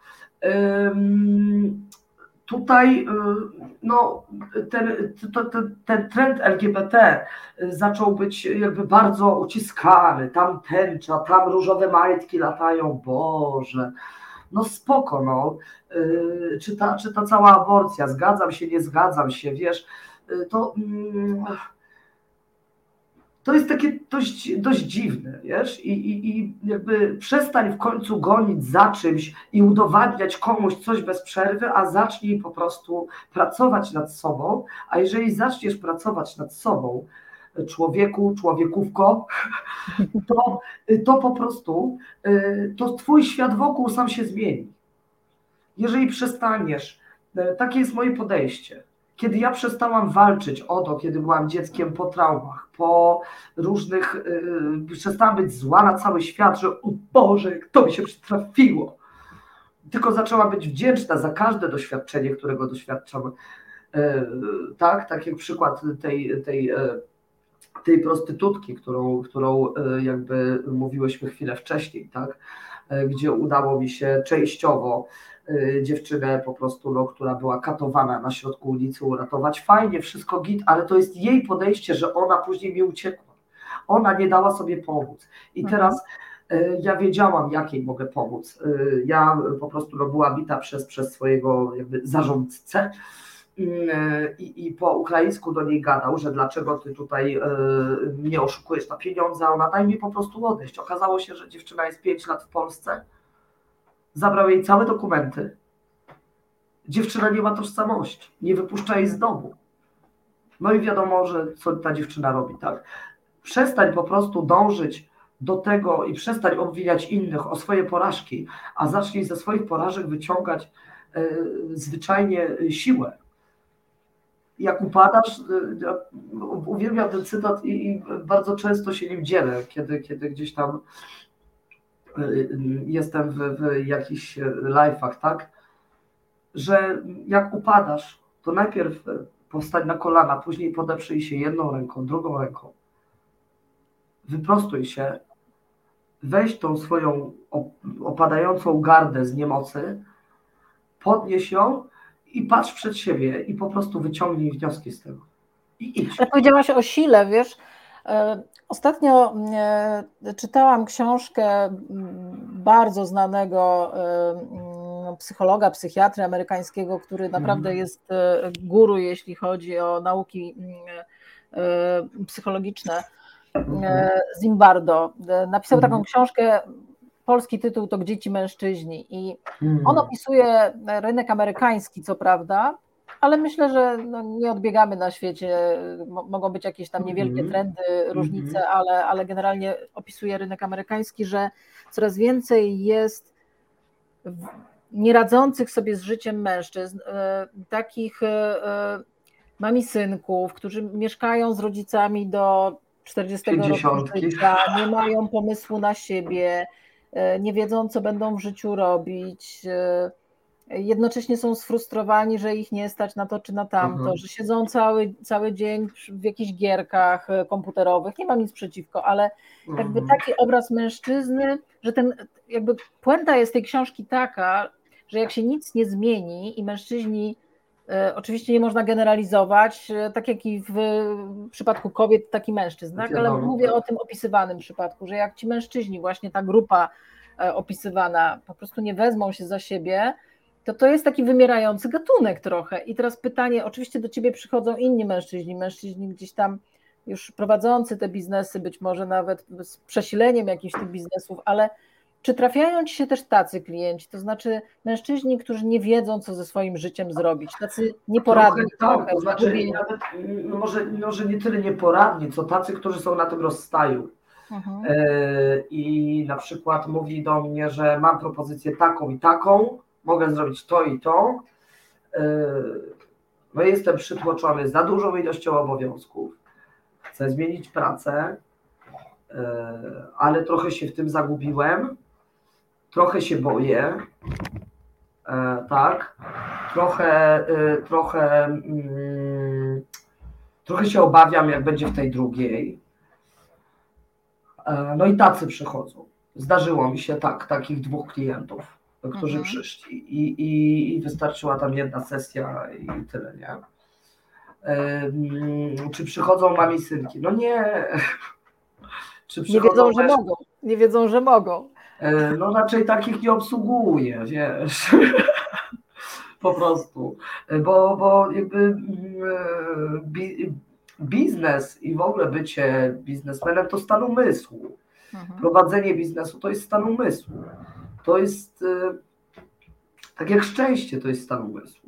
[SPEAKER 2] Ym, tutaj no, ten, to, ten, ten trend L G B T zaczął być jakby bardzo uciskany, tam tęcza, tam różowe majtki latają, Boże, no spoko, no, yy, czy, ta, czy ta cała aborcja, zgadzam się, nie zgadzam się, wiesz, to... Yy, To jest takie dość, dość dziwne, wiesz, I, i, i jakby przestań w końcu gonić za czymś i udowadniać komuś coś bez przerwy, a zacznij po prostu pracować nad sobą, a jeżeli zaczniesz pracować nad sobą, człowieku, człowiekówko, to, to po prostu, to twój świat wokół sam się zmieni. Jeżeli przestaniesz, takie jest moje podejście. Kiedy ja przestałam walczyć o to, kiedy byłam dzieckiem po traumach, po różnych, yy, przestałam być zła na cały świat, że o Boże, to mi się przytrafiło. Tylko zaczęłam być wdzięczna za każde doświadczenie, którego doświadczam. Yy, tak, tak jak przykład tej, tej, yy, tej prostytutki, którą, którą yy, jakby mówiłyśmy chwilę wcześniej, tak, yy, gdzie udało mi się częściowo dziewczynę po prostu, no, która była katowana na środku ulicy, uratować. Fajnie, wszystko git, ale to jest jej podejście, że ona później mi uciekła. Ona nie dała sobie pomóc. I teraz mhm. ja wiedziałam, jak jej mogę pomóc. Ja po prostu no, była bita przez, przez swojego jakby zarządcę i, i po ukraińsku do niej gadał, że dlaczego ty tutaj mnie oszukujesz na pieniądze, a ona daj mi po prostu odejść. Okazało się, że dziewczyna jest pięć lat w Polsce. Zabrał jej całe dokumenty. Dziewczyna nie ma tożsamości, nie wypuszcza jej z domu. No i wiadomo, że co ta dziewczyna robi, tak? Przestań po prostu dążyć do tego i przestań obwiniać innych o swoje porażki, a zacznij ze swoich porażek wyciągać e, zwyczajnie siłę. Jak upadasz, e, uwielbiam ten cytat i, i bardzo często się nim dzielę, kiedy, kiedy gdzieś tam jestem w, w jakichś live'ach, tak, że jak upadasz, to najpierw powstań na kolana, później podeprzyj się jedną ręką, drugą ręką, wyprostuj się, weź tą swoją opadającą gardę z niemocy, podnieś ją i patrz przed siebie i po prostu wyciągnij wnioski z tego i idź.
[SPEAKER 1] Ale powiedziałaś o sile, wiesz, ostatnio czytałam książkę bardzo znanego psychologa, psychiatry amerykańskiego, który naprawdę jest guru, jeśli chodzi o nauki psychologiczne, Zimbardo. Napisał taką książkę, polski tytuł to Gdzie ci mężczyźni, i on opisuje rynek amerykański, co prawda, ale myślę, że no nie odbiegamy na świecie, mogą być jakieś tam niewielkie trendy, różnice, ale, ale generalnie opisuje rynek amerykański, że coraz więcej jest nieradzących sobie z życiem mężczyzn, takich mamisynków, którzy mieszkają z rodzicami do czterdziestego roku życia, nie mają pomysłu na siebie, nie wiedzą, co będą w życiu robić, jednocześnie są sfrustrowani, że ich nie stać na to czy na tamto, mhm. że siedzą cały, cały dzień w jakichś gierkach komputerowych, nie mam nic przeciwko, ale jakby taki obraz mężczyzny, że ten, jakby puenta jest tej książki taka, że jak się nic nie zmieni i mężczyźni, oczywiście nie można generalizować, tak jak i w przypadku kobiet, tak i mężczyzn, tak? Ale mówię o tym opisywanym przypadku, że jak ci mężczyźni, właśnie ta grupa opisywana, po prostu nie wezmą się za siebie, to to jest taki wymierający gatunek trochę. I teraz pytanie, oczywiście do ciebie przychodzą inni mężczyźni, mężczyźni gdzieś tam już prowadzący te biznesy, być może nawet z przesileniem jakichś tych biznesów, ale czy trafiają ci się też tacy klienci, to znaczy mężczyźni, którzy nie wiedzą, co ze swoim życiem zrobić, tacy nieporadni?
[SPEAKER 2] Trochę, tak, to znaczy nawet, no może, może nie tyle nieporadni, co tacy, którzy są na tym rozstaju. Mhm. Yy, I na przykład mówi do mnie, że mam propozycję taką i taką, mogę zrobić to i to. No jestem przytłoczony za dużą ilością obowiązków. Chcę zmienić pracę, ale trochę się w tym zagubiłem. Trochę się boję. tak, trochę, trochę, mm, trochę się obawiam, jak będzie w tej drugiej. No i tacy przychodzą. Zdarzyło mi się tak, takich dwóch klientów, którzy mhm. przyszli i, i, i wystarczyła tam jedna sesja i tyle, nie? Czy przychodzą mami synki? No nie.
[SPEAKER 1] Czy nie wiedzą, że mogą. Nie wiedzą, że mogą.
[SPEAKER 2] No raczej takich nie obsługuję, wiesz. Po prostu. Bo, bo jakby biznes i w ogóle bycie biznesmenem to stan umysłu. Mhm. Prowadzenie biznesu to jest stan umysłu. To jest tak jak szczęście to jest stan umysłu.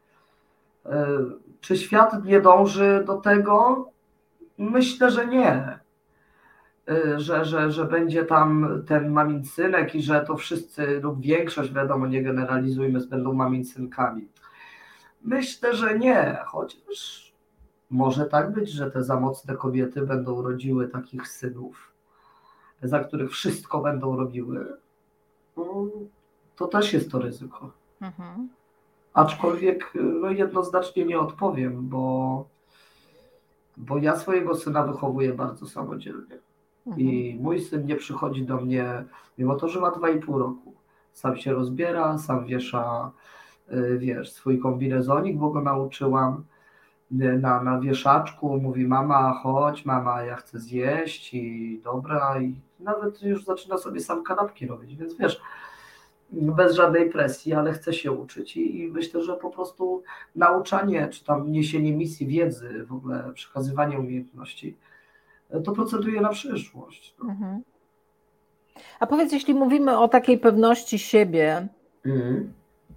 [SPEAKER 2] Czy świat nie dąży do tego? Myślę, że nie. Że, że, że będzie tam ten mamin synek i że to wszyscy lub większość, wiadomo, nie generalizujmy, będą mamin synkami. Myślę, że nie, chociaż może tak być, że te za mocne kobiety będą rodziły takich synów, za których wszystko będą robiły. No, to też jest to ryzyko. Mhm. Aczkolwiek no, jednoznacznie nie odpowiem, bo, bo ja swojego syna wychowuję bardzo samodzielnie. Mhm. I mój syn nie przychodzi do mnie, mimo to, że ma dwa i pół roku. Sam się rozbiera, sam wiesza, wiesz, swój kombinezonik, bo go nauczyłam na, na wieszaczku. Mówi: mama, chodź, mama, ja chcę zjeść i dobra. I nawet już zaczyna sobie sam kanapki robić, więc wiesz, bez żadnej presji, ale chce się uczyć i, i myślę, że po prostu nauczanie, czy tam niesienie misji wiedzy, w ogóle przekazywanie umiejętności, to procentuje na przyszłość. No.
[SPEAKER 1] Mhm. A powiedz, jeśli mówimy o takiej pewności siebie, mhm.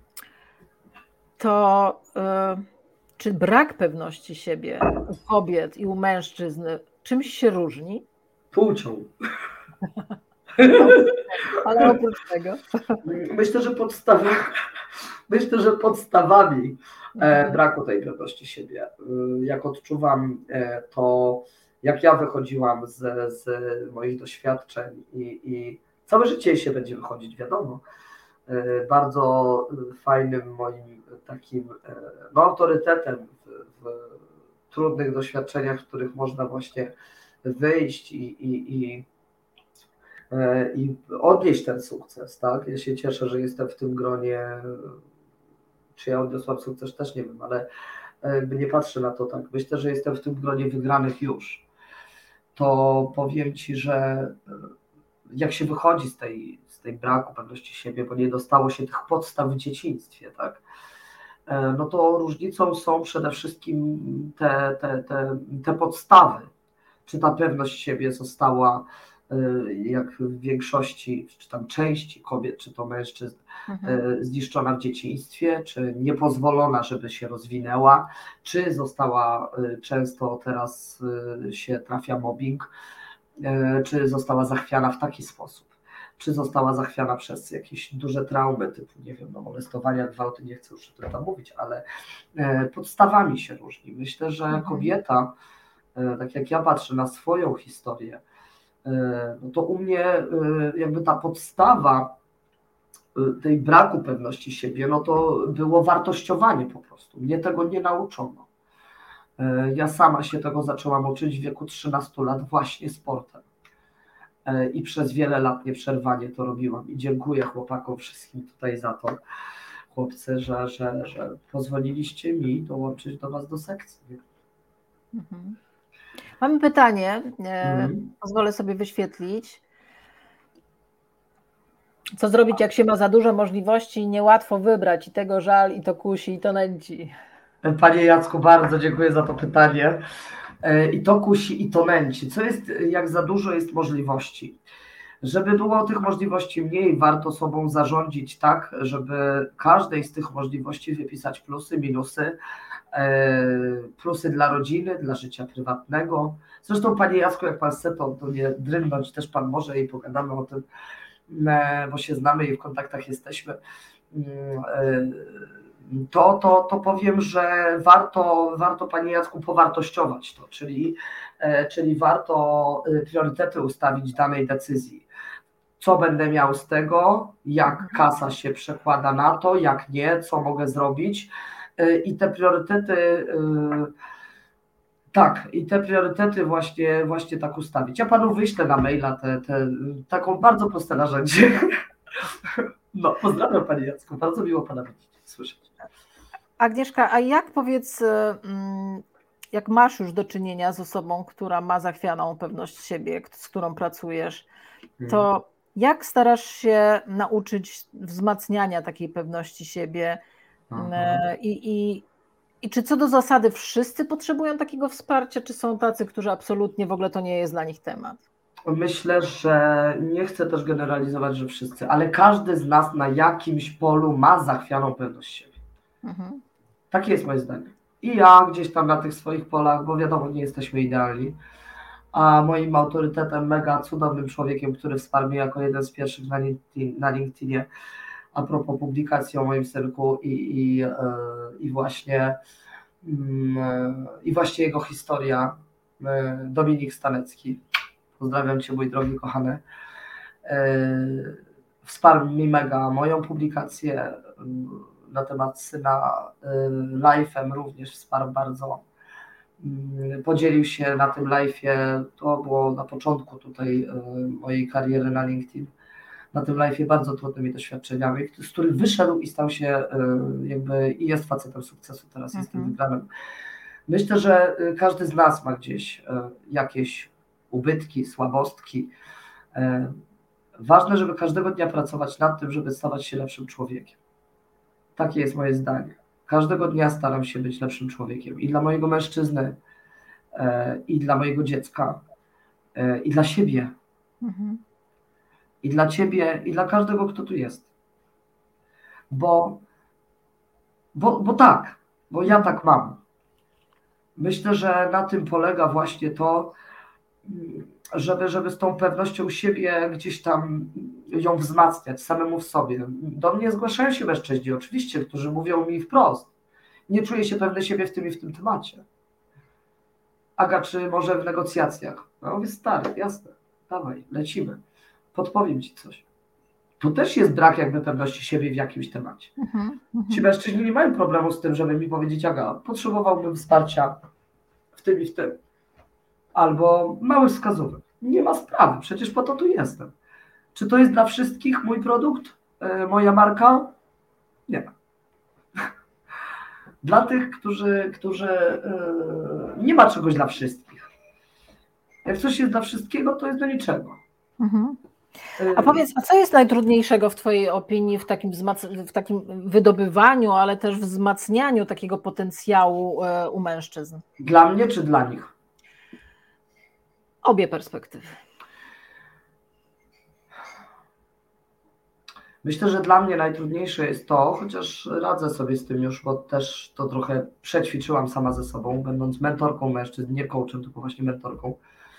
[SPEAKER 1] to y, czy brak pewności siebie u kobiet i u mężczyzn czymś się różni?
[SPEAKER 2] Płcią.
[SPEAKER 1] Ale oprócz tego.
[SPEAKER 2] Myślę, że podstawa, myślę, że podstawami e, braku tej pewności siebie, e, jak odczuwam e, to, jak ja wychodziłam z, z moich doświadczeń i, i całe życie się będzie wychodzić, wiadomo. E, bardzo fajnym moim takim e, no, autorytetem w, w trudnych doświadczeniach, w których można właśnie wyjść i, i, i i odnieść ten sukces, tak? Ja się cieszę, że jestem w tym gronie. Czy ja odniosłam sukces, też nie wiem, ale jakby nie patrzę na to tak. Myślę, że jestem w tym gronie wygranych już. To powiem Ci, że jak się wychodzi z tej, z tej braku pewności siebie, bo nie dostało się tych podstaw w dzieciństwie, tak? No to różnicą są przede wszystkim te, te, te, te podstawy. Czy ta pewność siebie została, jak w większości, czy tam części kobiet, czy to mężczyzn, mhm. zniszczona w dzieciństwie, czy niepozwolona, żeby się rozwinęła, czy została, często teraz się trafia mobbing, czy została zachwiana w taki sposób, czy została zachwiana przez jakieś duże traumy, typu, nie wiem, no, molestowania, gwałty, nie chcę już o tym tam mówić, ale podstawami się różni. Myślę, że mhm. kobieta, tak jak ja patrzę na swoją historię, no to u mnie jakby ta podstawa tej braku pewności siebie, no to było wartościowanie po prostu. Mnie tego nie nauczono. Ja sama się tego zaczęłam uczyć w wieku trzynastu lat właśnie sportem. I przez wiele lat nieprzerwanie to robiłam. I dziękuję chłopakom wszystkim tutaj za to, chłopcy, że, że, że pozwoliliście mi dołączyć do Was do sekcji.
[SPEAKER 1] Mhm. Mamy pytanie, mhm. pozwolę sobie wyświetlić. Co zrobić, jak się ma za dużo możliwości i niełatwo wybrać, i tego żal, i to kusi, i to nęci?
[SPEAKER 2] Panie Jacku, bardzo dziękuję za to pytanie. I to kusi, i to nęci. Co jest, jak za dużo jest możliwości? Żeby było tych możliwości mniej, warto sobą zarządzić tak, żeby każdej z tych możliwości wypisać plusy, minusy, plusy dla rodziny, dla życia prywatnego. Zresztą, panie Jacku, jak pan chce, to, to nie drynąć też pan może i pogadamy o tym, bo się znamy i w kontaktach jesteśmy. To, to, to powiem, że warto, warto, panie Jacku, powartościować to, czyli, czyli warto priorytety ustawić danej decyzji. co będę miał z tego, jak kasa się przekłada na to, jak nie, co mogę zrobić i te priorytety, tak, i te priorytety właśnie, właśnie tak ustawić. Ja panu wyślę na maila te, te, taką bardzo proste narzędzie. No, pozdrawiam Panie Jacku, bardzo miło Pana widzieć, słyszeć.
[SPEAKER 1] Agnieszka, a jak powiedz, jak masz już do czynienia z osobą, która ma zachwianą pewność siebie, z którą pracujesz, to jak starasz się nauczyć wzmacniania takiej pewności siebie i, i, i czy co do zasady wszyscy potrzebują takiego wsparcia, czy są tacy, którzy absolutnie w ogóle to nie jest dla nich temat?
[SPEAKER 2] Myślę, że nie chcę też generalizować, że wszyscy, ale każdy z nas na jakimś polu ma zachwianą pewność siebie. Mhm. Takie jest moje zdanie. I ja gdzieś tam na tych swoich polach, bo wiadomo, nie jesteśmy idealni, a moim autorytetem, mega cudownym człowiekiem, który wsparł mnie jako jeden z pierwszych na, LinkedIn, na LinkedInie, a propos publikacji o moim synku i, i, i, właśnie, i właśnie jego historia, Dominik Stanecki. Pozdrawiam Cię, mój drogi kochany. Wsparł mi mega moją publikację na temat syna, live'em również wsparł bardzo. Podzielił się na tym live'ie, to było na początku tutaj mojej kariery na LinkedIn, na tym live'ie bardzo trudnymi doświadczeniami, z których wyszedł i stał się jakby i jest facetem sukcesu, teraz mm-hmm. jestem wygranym. Myślę, że każdy z nas ma gdzieś jakieś ubytki, słabostki. Ważne, żeby każdego dnia pracować nad tym, żeby stawać się lepszym człowiekiem. Takie jest moje zdanie. Każdego dnia staram się być lepszym człowiekiem i dla mojego mężczyzny, i dla mojego dziecka, i dla siebie, mhm. i dla Ciebie, i dla każdego, kto tu jest. Bo, bo, bo tak, bo ja tak mam. Myślę, że na tym polega właśnie to, żeby, żeby z tą pewnością siebie gdzieś tam ją wzmacniać samemu w sobie. Do mnie zgłaszają się mężczyźni, oczywiście, którzy mówią mi wprost, nie czuję się pewny siebie w tym i w tym temacie. Aga, czy może w negocjacjach? No mówię, stary, jasne, dawaj, lecimy, podpowiem Ci coś. Tu też jest brak jakby pewności siebie w jakimś temacie. Uh-huh, Ci mężczyźni nie mają problemu z tym, żeby mi powiedzieć, Aga, potrzebowałbym wsparcia w tym i w tym. Albo małych wskazówek. Nie ma sprawy, przecież po to tu jestem. Czy to jest dla wszystkich mój produkt, yy, moja marka? Nie. Dla tych, którzy, którzy yy, nie ma czegoś dla wszystkich. Jak coś jest dla wszystkiego, to jest do niczego. Mhm.
[SPEAKER 1] A powiedz, a co jest najtrudniejszego w Twojej opinii w takim, wzmac- w takim wydobywaniu, ale też wzmacnianiu takiego potencjału yy, u mężczyzn?
[SPEAKER 2] Dla mnie czy dla nich?
[SPEAKER 1] Obie perspektywy.
[SPEAKER 2] Myślę, że dla mnie najtrudniejsze jest to, chociaż radzę sobie z tym już, bo też to trochę przećwiczyłam sama ze sobą, będąc mentorką mężczyzn, nie coachem, tylko właśnie mentorką.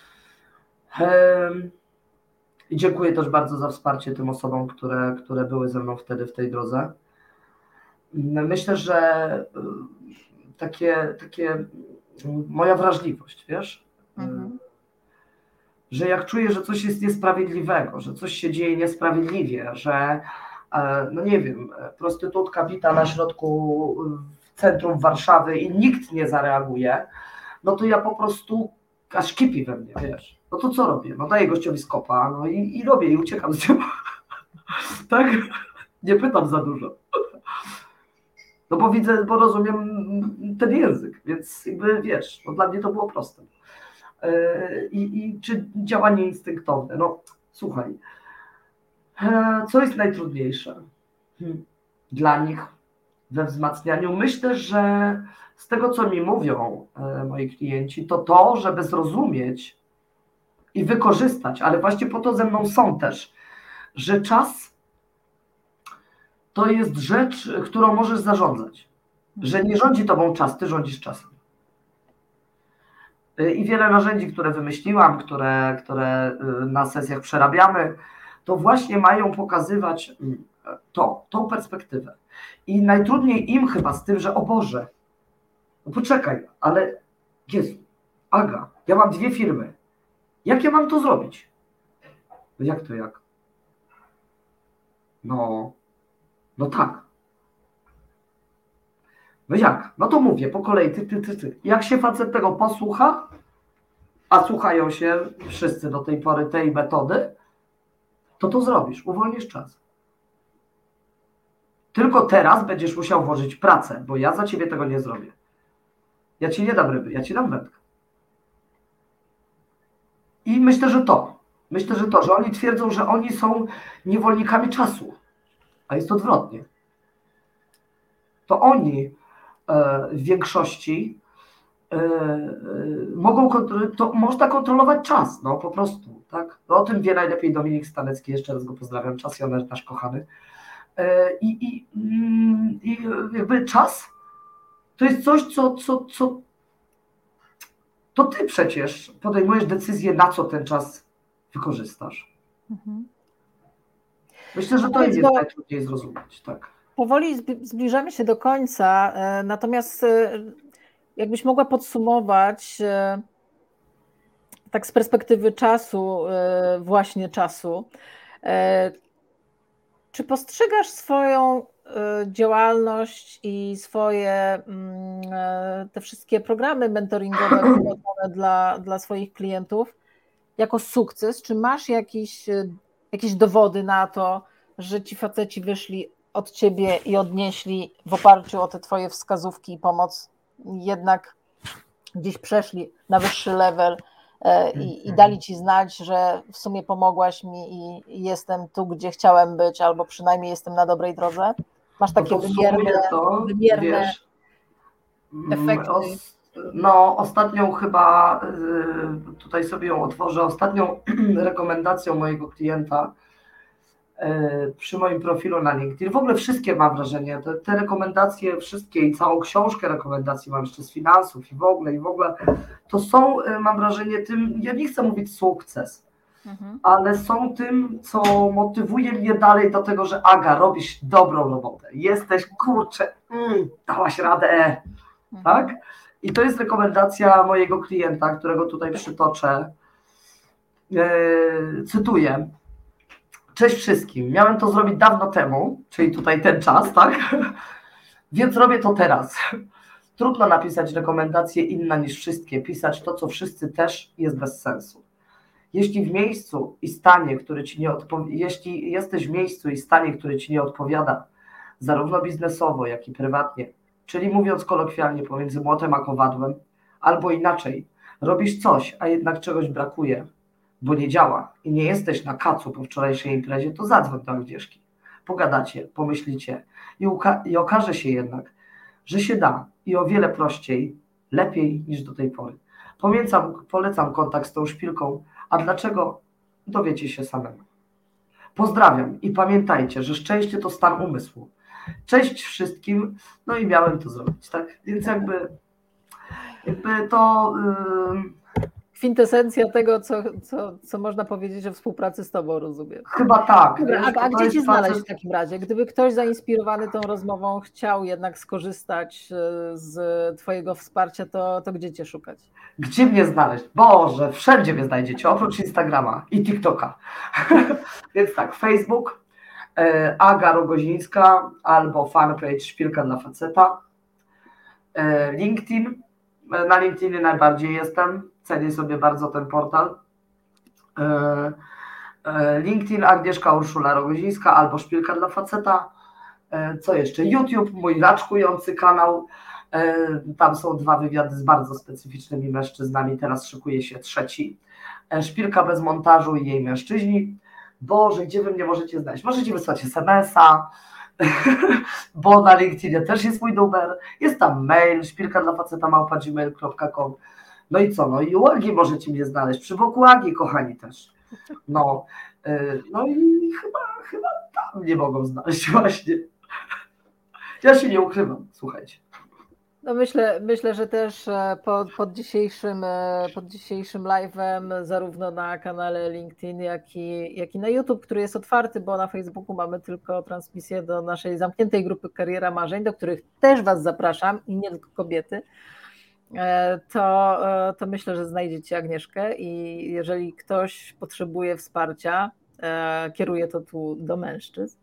[SPEAKER 2] I dziękuję też bardzo za wsparcie tym osobom, które, które były ze mną wtedy w tej drodze. Myślę, że takie, takie moja wrażliwość, wiesz, mhm. że jak czuję, że coś jest niesprawiedliwego, że coś się dzieje niesprawiedliwie, że no nie wiem, prostytutka bita na środku w centrum Warszawy i nikt nie zareaguje, no to ja po prostu aż kipi we mnie, wiesz. No to co robię? No daję gościowi skopa, no i, i robię i uciekam z niego. Tak? Nie pytam za dużo. No bo widzę, bo rozumiem ten język, więc jakby wiesz, no dla mnie to było proste. I, i czy działanie instynktowne? No słuchaj, co jest najtrudniejsze dla nich we wzmacnianiu? Myślę, że z tego, co mi mówią moi klienci, to to, żeby zrozumieć i wykorzystać, ale właśnie po to ze mną są też, że czas to jest rzecz, którą możesz zarządzać, że nie rządzi tobą czas, ty rządzisz czasem. I wiele narzędzi, które wymyśliłam, które, które na sesjach przerabiamy, to właśnie mają pokazywać to, tą perspektywę. I najtrudniej im chyba z tym, że o Boże, no poczekaj, ale Jezu, Aga, ja mam dwie firmy. Jak ja mam to zrobić? No jak to jak? No, no tak. No jak? No to mówię po kolei, ty, ty, ty, ty. Jak się facet tego posłucha, a słuchają się wszyscy do tej pory tej metody, to to zrobisz, uwolnisz czas. Tylko teraz będziesz musiał włożyć pracę, bo ja za ciebie tego nie zrobię. Ja ci nie dam ryby, ja ci dam wędkę. I myślę, że to. Myślę, że to, że oni twierdzą, że oni są niewolnikami czasu, a jest odwrotnie. To oni w większości mogą, to można kontrolować czas, no po prostu, tak? No, o tym wie najlepiej Dominik Stanecki, jeszcze raz go pozdrawiam, czasjoner nasz kochany. I, i, i jakby czas to jest coś, co, co, co to ty przecież podejmujesz decyzję, na co ten czas wykorzystasz. Mhm. Myślę, że to jest najtrudniej zrozumieć, tak.
[SPEAKER 1] Powoli zbliżamy się do końca, natomiast jakbyś mogła podsumować tak z perspektywy czasu, właśnie czasu, czy postrzegasz swoją działalność i swoje te wszystkie programy mentoringowe dla, dla swoich klientów jako sukces? Czy masz jakieś, jakieś dowody na to, że ci faceci wyszli od ciebie i odnieśli w oparciu o te twoje wskazówki i pomoc, jednak gdzieś przeszli na wyższy level i, i dali ci znać, że w sumie pomogłaś mi i jestem tu, gdzie chciałem być, albo przynajmniej jestem na dobrej drodze? Masz takie no wymierne, to, wymierne wiesz, efekty?
[SPEAKER 2] Os, no ostatnią chyba, tutaj sobie ją otworzę, ostatnią rekomendacją mojego klienta przy moim profilu na LinkedIn, w ogóle wszystkie mam wrażenie, te, te rekomendacje wszystkie i całą książkę rekomendacji mam jeszcze z finansów i w ogóle, i w ogóle, to są, mam wrażenie, tym, ja nie chcę mówić sukces, mhm. ale są tym, co motywuje mnie dalej do tego, że Aga, robisz dobrą robotę, jesteś, kurczę, mm, dałaś radę, mhm. tak? I to jest rekomendacja mojego klienta, którego tutaj przytoczę, yy, cytuję. Cześć wszystkim. Miałem to zrobić dawno temu, czyli tutaj ten czas, tak? Więc robię to teraz. Trudno napisać rekomendację inna niż wszystkie. Pisać to, co wszyscy też jest bez sensu. Jeśli w miejscu i stanie, który ci nie odpo... Jeśli jesteś w miejscu i stanie, który ci nie odpowiada, zarówno biznesowo, jak i prywatnie, czyli mówiąc kolokwialnie pomiędzy młotem a kowadłem, albo inaczej, robisz coś, a jednak czegoś brakuje, bo nie działa i nie jesteś na kacu po wczorajszej imprezie, to zadzwoń do Agnieszki. Pogadacie, pomyślicie i, uka- i okaże się jednak, że się da i o wiele prościej, lepiej niż do tej pory. Polecam, polecam kontakt z tą szpilką, a dlaczego? Dowiecie się samemu. Pozdrawiam i pamiętajcie, że szczęście to stan umysłu. Cześć wszystkim, no i miałem to zrobić, tak? Więc jakby, jakby to... Yy...
[SPEAKER 1] Kwintesencja tego, co, co, co można powiedzieć o współpracy z tobą, rozumiem.
[SPEAKER 2] Chyba tak.
[SPEAKER 1] Dobra, a, a gdzie cię znaleźć facet... w takim razie? Gdyby ktoś zainspirowany tą rozmową chciał jednak skorzystać z twojego wsparcia, to, to gdzie cię szukać?
[SPEAKER 2] Gdzie mnie znaleźć? Boże, wszędzie mnie znajdziecie, oprócz Instagrama i TikToka. Więc tak, Facebook, Aga Rogozińska albo fanpage Szpilka dla Faceta, LinkedIn, na LinkedInie najbardziej jestem, cenię sobie bardzo ten portal. LinkedIn Agnieszka Urszula Rogozińska albo Szpilka dla Faceta. Co jeszcze? YouTube, mój raczkujący kanał. Tam są dwa wywiady z bardzo specyficznymi mężczyznami. Teraz szykuje się trzeci. Szpilka bez montażu i jej mężczyźni. Boże, gdzie wy mnie możecie znaleźć? Możecie wysłać es em es a, bo na LinkedInie też jest mój numer. Jest tam mail, szpilka dla faceta małpa gmail kropka com. No i co? No i u Agi możecie mnie znaleźć. Przy boku Agi, kochani, też. No, no i chyba, chyba tam nie mogą znaleźć właśnie. Ja się nie ukrywam, słuchajcie.
[SPEAKER 1] No myślę, myślę, że też pod, pod dzisiejszym, pod dzisiejszym live'em, zarówno na kanale LinkedIn, jak i, jak i na YouTube, który jest otwarty, bo na Facebooku mamy tylko transmisję do naszej zamkniętej grupy Kariera Marzeń, do których też was zapraszam i nie tylko kobiety, to, to myślę, że znajdziecie Agnieszkę i jeżeli ktoś potrzebuje wsparcia, kieruję to tu do mężczyzn,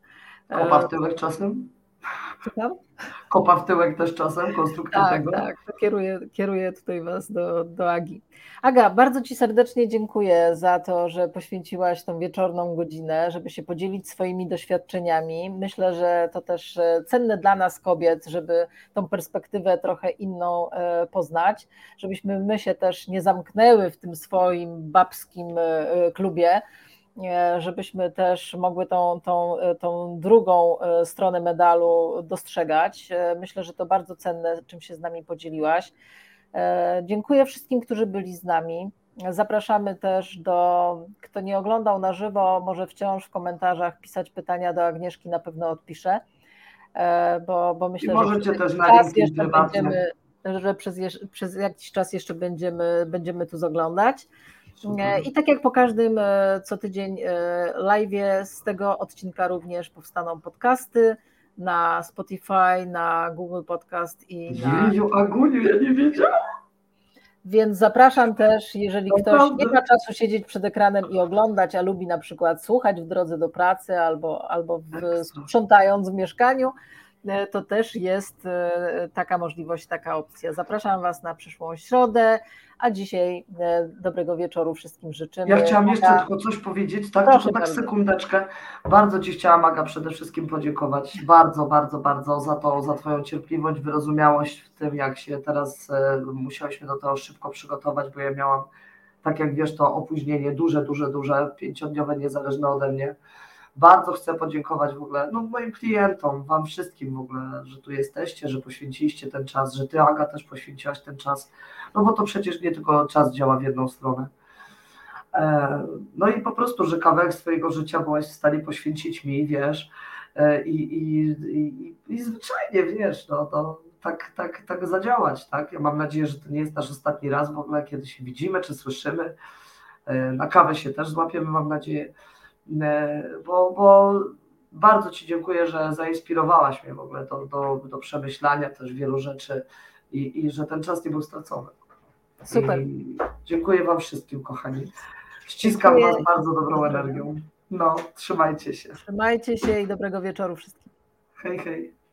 [SPEAKER 2] Kopa w tyłek czasem?
[SPEAKER 1] Czytam?
[SPEAKER 2] Kopa w tyłek też czasem, konstruktor
[SPEAKER 1] Tak,
[SPEAKER 2] tego?
[SPEAKER 1] tak, to kieruję, kieruję tutaj Was do, do Agi. Aga, bardzo Ci serdecznie dziękuję za to, że poświęciłaś tą wieczorną godzinę, żeby się podzielić swoimi doświadczeniami. Myślę, że to też cenne dla nas kobiet, żeby tą perspektywę trochę inną poznać, żebyśmy my się też nie zamknęły w tym swoim babskim klubie, żebyśmy też mogły tą, tą, tą drugą stronę medalu dostrzegać. Myślę, że to bardzo cenne, czym się z nami podzieliłaś. Dziękuję wszystkim, którzy byli z nami. Zapraszamy też do, kto nie oglądał na żywo, może wciąż w komentarzach pisać pytania do Agnieszki, na pewno odpiszę, bo, bo myślę,
[SPEAKER 2] I możecie
[SPEAKER 1] że
[SPEAKER 2] też na
[SPEAKER 1] czas
[SPEAKER 2] LinkedIn
[SPEAKER 1] jeszcze
[SPEAKER 2] prywatnie.
[SPEAKER 1] będziemy, że przez, przez jakiś czas jeszcze będziemy, będziemy tu zaglądać. Super. I tak jak po każdym co tydzień live'ie, z tego odcinka również powstaną podcasty na Spotify, na Google Podcast i na...
[SPEAKER 2] Jeju, Aguniu, ja nie wiedziałam.
[SPEAKER 1] Więc zapraszam też, jeżeli ktoś nie ma czasu siedzieć przed ekranem i oglądać, a lubi na przykład słuchać w drodze do pracy albo, albo w, sprzątając w mieszkaniu, to też jest taka możliwość, taka opcja. Zapraszam Was na przyszłą środę, a dzisiaj dobrego wieczoru wszystkim życzymy.
[SPEAKER 2] Ja chciałam jeszcze Aga... tylko coś powiedzieć, tak?
[SPEAKER 1] Proszę
[SPEAKER 2] tylko tak
[SPEAKER 1] bardzo.
[SPEAKER 2] sekundeczkę. Bardzo Ci chciałam, Aga, przede wszystkim podziękować. Bardzo, bardzo, bardzo za to, za Twoją cierpliwość, wyrozumiałość w tym, jak się teraz e, musiałyśmy do tego szybko przygotować, bo ja miałam, tak jak wiesz, to opóźnienie duże, duże, duże, pięciodniowe, niezależne ode mnie. Bardzo chcę podziękować w ogóle no, moim klientom, Wam wszystkim w ogóle, że tu jesteście, że poświęciliście ten czas, że Ty, Aga, też poświęciłaś ten czas, no bo to przecież nie tylko czas działa w jedną stronę. No i po prostu, że kawałek swojego życia byłaś w stanie poświęcić mi, wiesz, i, i, i, i zwyczajnie, wiesz, no to tak, tak, tak zadziałać, tak? Ja mam nadzieję, że to nie jest nasz ostatni raz w ogóle, kiedy się widzimy, czy słyszymy. Na kawę się też złapiemy, mam nadzieję. Bo, bo bardzo Ci dziękuję, że zainspirowałaś mnie w ogóle do, do, do przemyślania też wielu rzeczy i, i że ten czas nie był stracony.
[SPEAKER 1] Super.
[SPEAKER 2] I dziękuję Wam wszystkim, kochani. Ściskam dziękuję. Was bardzo dobrą energią. No, trzymajcie się.
[SPEAKER 1] Trzymajcie się i dobrego wieczoru wszystkim.
[SPEAKER 2] Hej, hej.